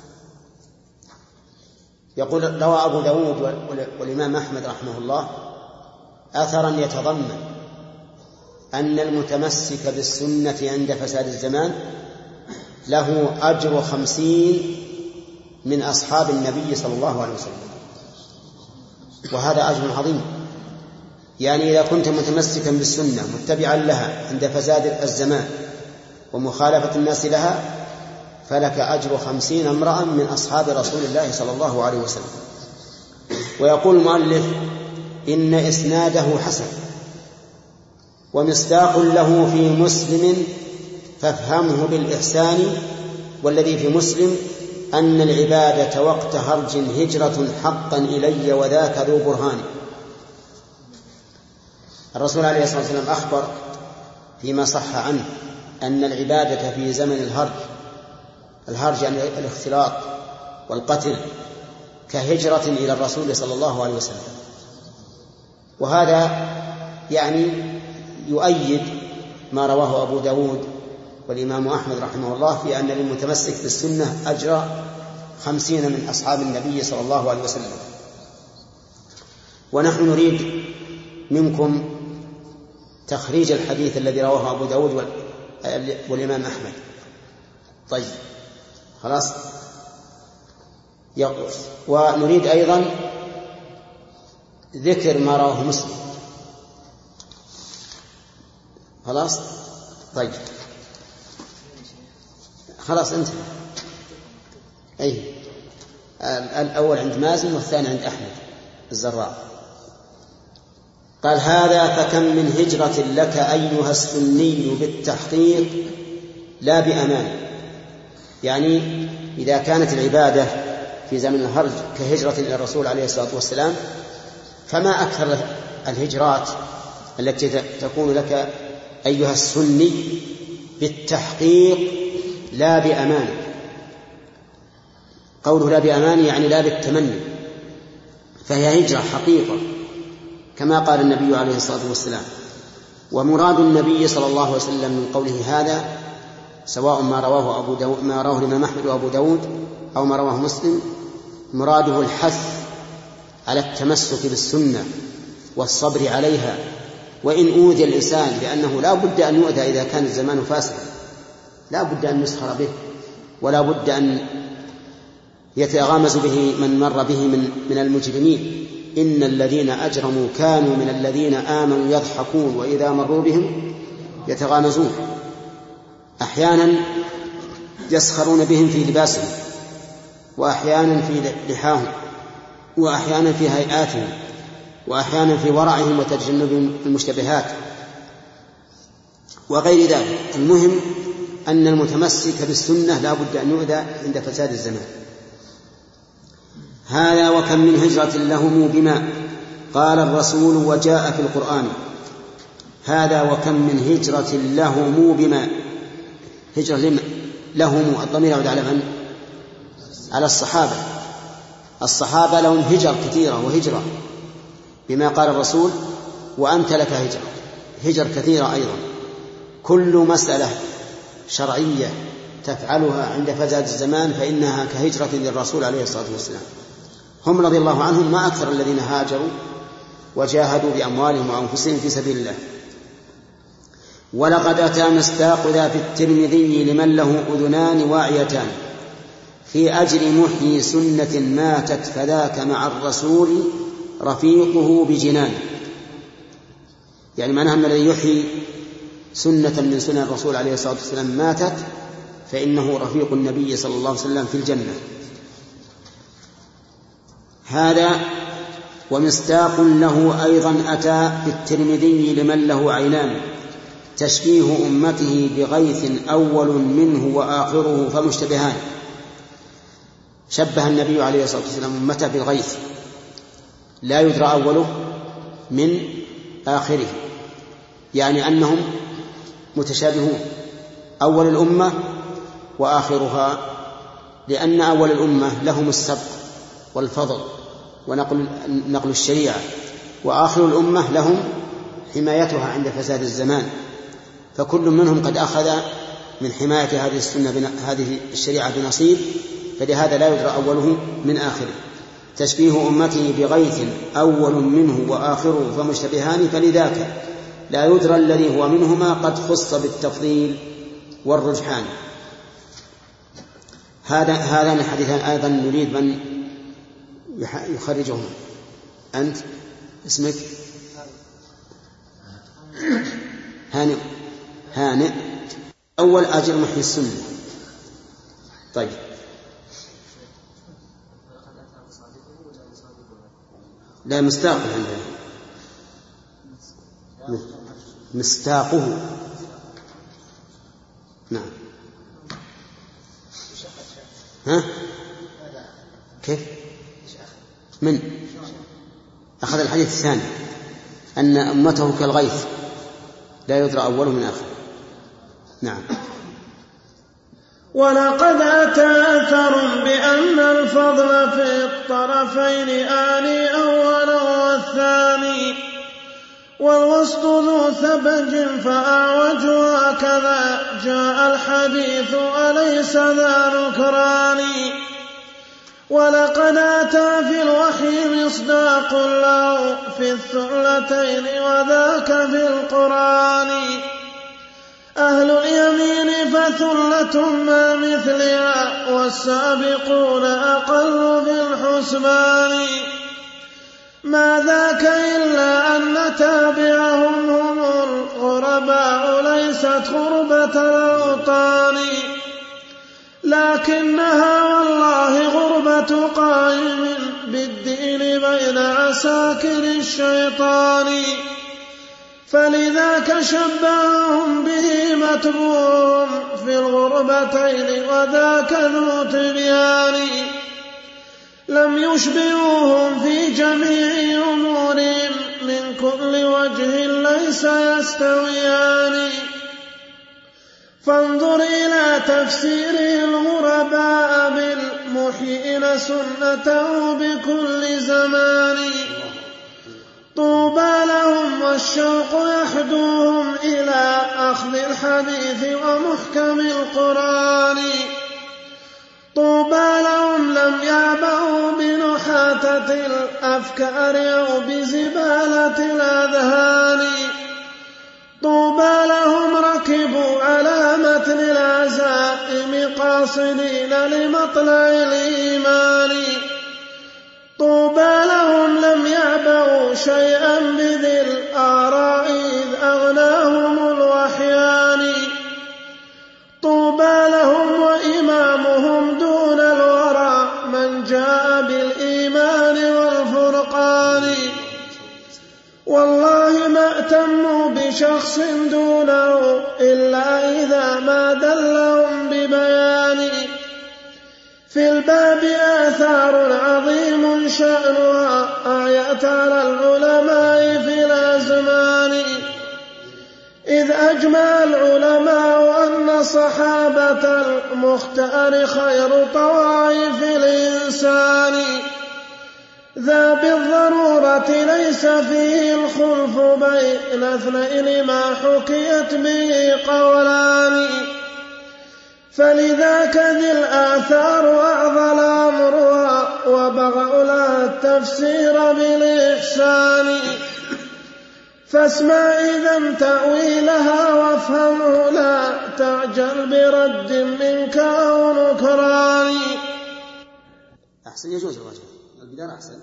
يقول روى أبو داود والإمام أحمد رحمه الله أثرا يتضمن أن المتمسك بالسنة عند فساد الزمان له أجر خمسين من أصحاب النبي صلى الله عليه وسلم، وهذا أجر عظيم. يعني إذا كنت متمسكا بالسنة متبعا لها عند فساد الزمان ومخالفة الناس لها فلك أجر خمسين امرأ من أصحاب رسول الله صلى الله عليه وسلم. ويقول المؤلف إن إسناده حسن ومصداق له في مسلم فافهمه بالإحسان، والذي في مسلم أن العبادة وقت هرج هجرة حقا إلي وذاك ذو برهان. الرسول عليه الصلاة والسلام أخبر فيما صح عنه أن العبادة في زمن الهرج، الهرج يعني الاختلاط والقتل، كهجرة إلى الرسول صلى الله عليه وسلم. وهذا يعني يؤيد ما رواه أبو داود والإمام أحمد رحمه الله في أن للمتمسك بالسنة أجر خمسين من أصحاب النبي صلى الله عليه وسلم. ونحن نريد منكم تخريج الحديث الذي رواه أبو داود والإمام أحمد. طيب خلاص. ونريد أيضا ذكر ما رواه مسلم. خلاص. طيب خلاص انت أي الأول عند مازن والثاني عند أحمد الزراع. قال: هذا فكم من هجرة لك أيها السني بالتحقيق لا بأمان. يعني إذا كانت العبادة في زمن الهرج كهجرة إلى الرسول عليه الصلاة والسلام، فما أكثر الهجرات التي تكون لك أيها السني بالتحقيق لا بأمان. قوله لا بأمان يعني لا بالتمني، فهي هجرة حقيقة كما قال النبي عليه الصلاة والسلام. ومراد النبي صلى الله عليه وسلم من قوله هذا سواء ما رواه أبو داود ما رواه الإمام أحمد وأبو داود أو ما رواه مسلم، مراده الحث على التمسك بالسنة والصبر عليها، وإن أوذي الإنسان، لأنه لا بد أن يؤذى إذا كان الزمان فاسدا، لا بد أن يسخر به، ولا بد أن يتغامز به من مر به من, من المجرمين. إن الذين أجرموا كانوا من الذين آمنوا يضحكون وإذا مروا بهم يتغامزون. أحيانا يسخرون بهم في لباسهم، وأحيانا في لحاهم، وأحيانا في هيئاتهم، وأحيانا في ورعهم وتجنبهم المشتبهات، وغير ذلك. المهم أن المتمسك بالسنة لا بد أن يؤذى عند فساد الزمان. هذا وكم من هجرة لهم بما قال الرسول وجاء في القرآن. هذا وكم من هجرة لهم بما هجرة لهم الضمير يعود على من؟ على الصحابة. الصحابة لهم هجر كثيرة وهجرة بما قال الرسول وأنت لك هجرة هجر كثيرة أيضا. كل مسألة شرعية تفعلها عند فساد الزمان فإنها كهجرة للرسول عليه الصلاة والسلام. هم رضي الله عنهم ما أكثر الذين هاجروا وجاهدوا بأموالهم وأنفسهم في سبيل الله. ولقد أتى مصداق ذا في الترمذي لمن له أذنان واعيتان في أجر محيي سنة ماتت فذاك مع الرسول رفيقه بجنان. يعني معناها أن الذي يحيي سنة من سنن الرسول عليه الصلاة والسلام ماتت فإنه رفيق النبي صلى الله عليه وسلم في الجنة. هذا ومصداق له أيضا أتى في الترمذي لمن له عينان تشبيه أمته بغيث أول منه وآخره فمشتبهان. شبه النبي عليه الصلاة والسلام أمته بالغيث لا يدرى أوله من آخره، يعني أنهم متشابهون أول الأمة وآخرها، لأن أول الأمة لهم السبق والفضل ونقل نقل الشريعة، وآخر الأمة لهم حمايتها عند فساد الزمان، فكل منهم قد أخذ من حماية هذه السنة هذه الشريعة بنصيب، فلهذا لا يدرى أوله من آخره. تشبيه أمته بغيث أول منه وآخره فمشتبهان فلذاك لا يدرى الذي هو منهما قد خص بالتفضيل والرجحان. هذا هذان الحديثان أيضا نريد من يخرجهما. أنت اسمك هانئ هانئ أول أجر محيي السنة. طيب لا مستاقه عندنا مستاقه نعم. ها كيف من أخذ الحديث الثاني أن أمته كالغيث لا يدرى أوله من آخر. نعم. ولقد أتى أثر بأن الفضل في الطرفين آني أولا والثاني والوسط ذو ثبج فأعوج هكذا جاء الحديث أليس ذا نكران. ولقد أتى في الوحي مصداق له في الثلتين وذاك في القرآن. أهل اليمين فثلة ما مثلها والسابقون أقل في الحسبان. ما ذاك إلا أن تابعهم هم الغرباء ليست غربة الأوطان، لكنها والله غربة قائم بالدين بين عساكر الشيطان. فلذاك شبههم به متبوع في الغربتين وذاك ذو تبيان. لم يشبهوهم في جميع أمورهم من كل وجه ليس يستويان. فانظر إلى تفسير الغرباء بالمحيين سنته بكل زمان. طوبى لهم والشوق يحدوهم إلى أخذ الحديث ومحكم القرآن. طوبى لهم لم يعبأوا بنحاتة الأفكار أو بزبالة الأذهان. طوبى لهم ركبوا على متن العزائم قاصدين لمطلع الإيمان. طوبى لهم لم يعبأوا شيئا بذي الآراء إذ أغناهم الوحيان. طوبى لهم وإمامهم دون الورى من جاء بالإيمان والفرقان. والله ما اعتموا بشخص دونه إلا إذا ما دلهم ببيان. في الباب آثار عظيم شأنها أعيت على العلماء في الأزمان. إذ أجمع العلماء أن صحابة المختار خير طوائف الإنسان. ذا بالضرورة ليس فيه الخلف بين اثنين ما حكيت به قولان. فلذاك ذي الآثار أعضل أمرها وبغوا لها التفسير بالإحسان. فاسمع إذا تأويلها وافهمه لا تعجل برد منك أو نكران. أحسن يجوز الرجل البدار أحسن.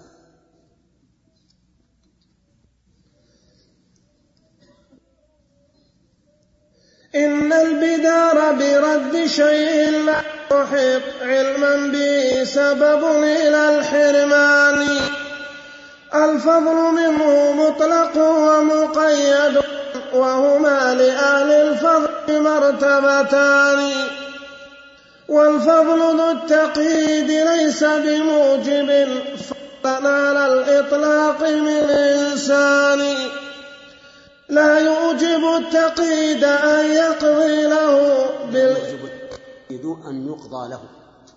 إن البدار برد شيء لا يحق علما به سبب إلى الحرمان. الفضل منه مطلق ومقيد وهما لأهل الفضل مرتبتان. والفضل ذو التقييد ليس بموجب فضلا على الإطلاق من إنسان. لا يوجب التقييد أن يقضي له بال... يوجب أن يقضى له.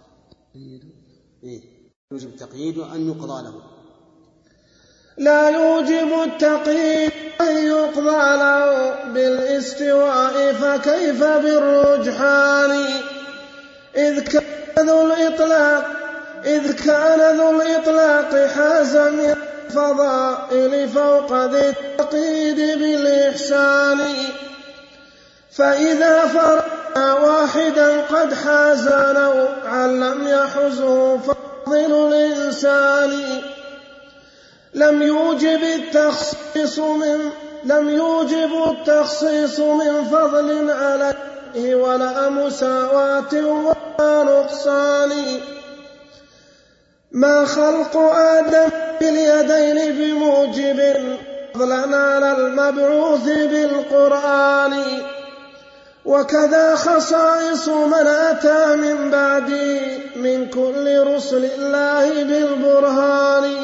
يوجب التقييد أن يقضى له. لا يوجب التقييد أن يقضى له بالاستواء فكيف بالرجحان. إذ كان ذو الإطلاق إذ كان ذو الإطلاق حاز من الفضائل فوق ذي التقييد بالإحسان. فإذا فرقنا واحدا قد حاز نوعا لم يحزه فضل الإنسان. لم يوجب التخصيص من لم يوجب التخصيص من فضل عليه ولا مساواة ولا نقصان. ما خلق آدم باليدين بموجب فضلا على المبعوث بالقرآن. وكذا خصائص من أتى من بعده من كل رسل الله بالبرهان.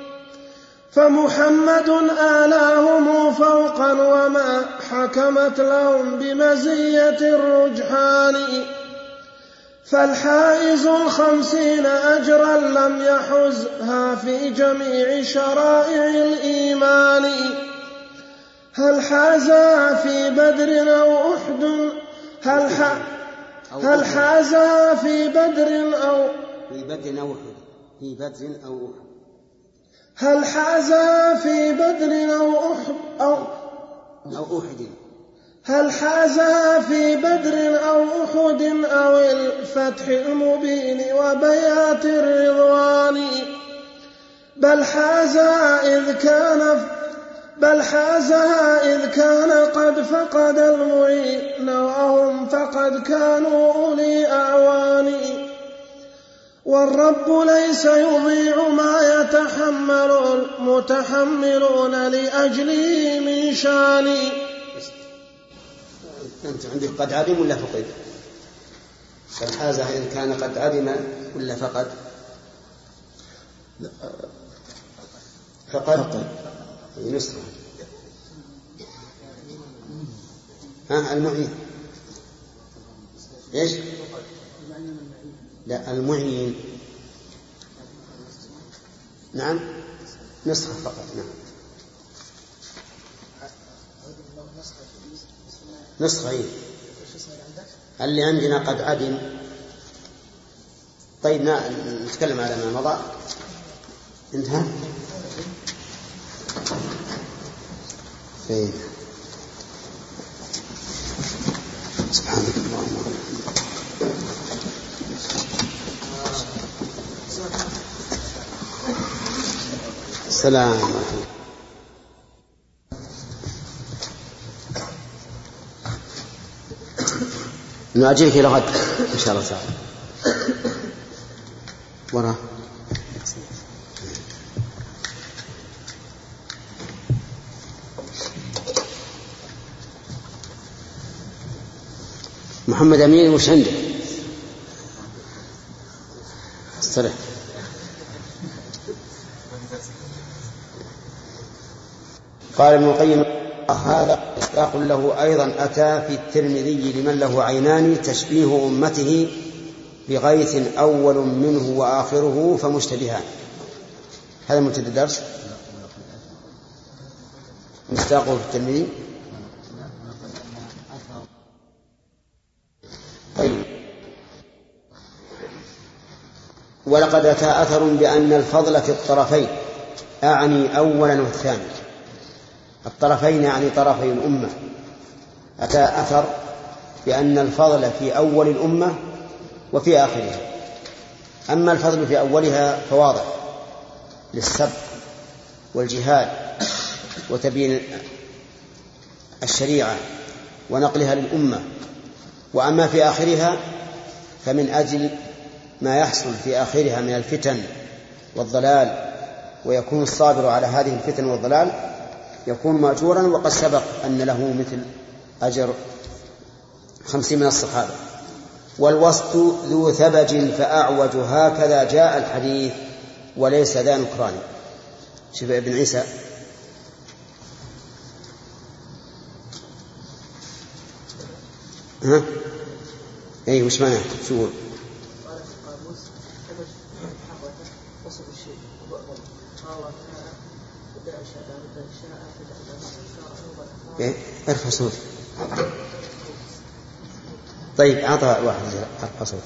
فمحمد آلاهم فوقا وما حكمت لهم بمزية الرجحان. فالحائز الخمسين أجرا لم يحزها في جميع شرائع الإيمان. هل حازها في بدر أو أحد هل, ح... هل حازها في بدر أو في بدر أو أحد في بدر أو أحد هل حازها في بدر أو أحد أو أو أحد هل حازها في بدر أو أحد أو الفتح المبين وبيات الرضوان. بل حازها إذ كان بل حازها إذ كان قد فقد المعين وهم فقد كانوا أولي أعوان. والرب ليس يضيع ما يتحمل المتحملون لأجله من شان. أنت عندك قد عدم ولا فقد؟ قد حازه إذ كان قد عدم ولا فقد؟ فقد نسخة. ها المعين إيش؟ لا المعين نعم نسخة فقط. نعم نسخة إيه؟ اللي عندنا قد عدم. طيب نتكلم على ما مضى. انتهى. طيب سبحانك اللهم وبحمدك. السلام عليكم. نأجلك إلى غد إن شاء الله تعالى. وراه محمد أمين وش عندك؟ استرح. قال ابن القيم هذا مصداق له أيضا أتى في الترمذي لمن له عينان تشبيه أمته بغيث أول منه وآخره فمشتبهان. هذا منتدى الدرس مصداقه في الترمذي. طيب. ولقد أتى أثر بأن الفضل في الطرفين، أعني أولا والثاني. الطرفين يعني طرفي الأمة. أتى أثر بأن الفضل في أول الأمة وفي آخرها. أما الفضل في أولها فواضح للسبق والجهاد وتبيين الشريعة ونقلها للأمة. وأما في آخرها فمن أجل ما يحصل في آخرها من الفتن والضلال، ويكون الصابر على هذه الفتن والضلال يكون مأجورا، وقد سبق أن له مثل أجر خمسين من الصحابة. والوسط ذو ثبج فأعوج، هكذا جاء الحديث وليس ذا نكران. شوف ابن عيسى ها اي وش معناه؟ شو هو؟ إيه؟ ارفع صوتك. طيب أعطى واحد ارفع صوتك.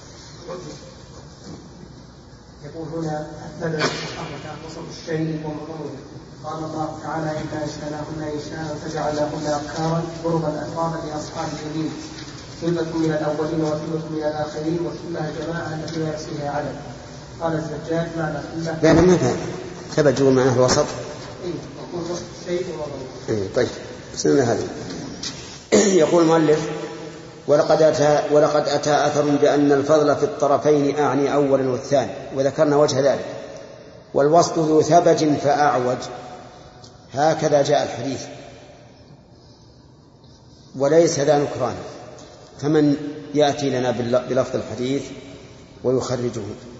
يقول هنا الثبت والحركة وصف الشيء ومضمونه. قال الله تعالى إنا أنشأناهن إنشاء فجعلناهن أبكارا غربا أترابا لأصحاب اليمين، ثلة من الأولين وثلة من الآخرين وثلة جماعة التي لا يحصيها عدد. قال الزجاج معنى ثلة. لا ما فهم. ثبت جوا معناه الوسط. إيه يقول وصف الشيء ومضمونه. إيه طيب سنة هذه. يقول المؤلف ولقد أتى, ولقد أتى أثر بأن الفضل في الطرفين أعني أولا والثاني، وذكرنا وجه ذلك. والوسط ذو ثبج فأعوج، هكذا جاء الحديث وليس ذا نكران. فمن يأتي لنا بلفظ الحديث ويخرجه؟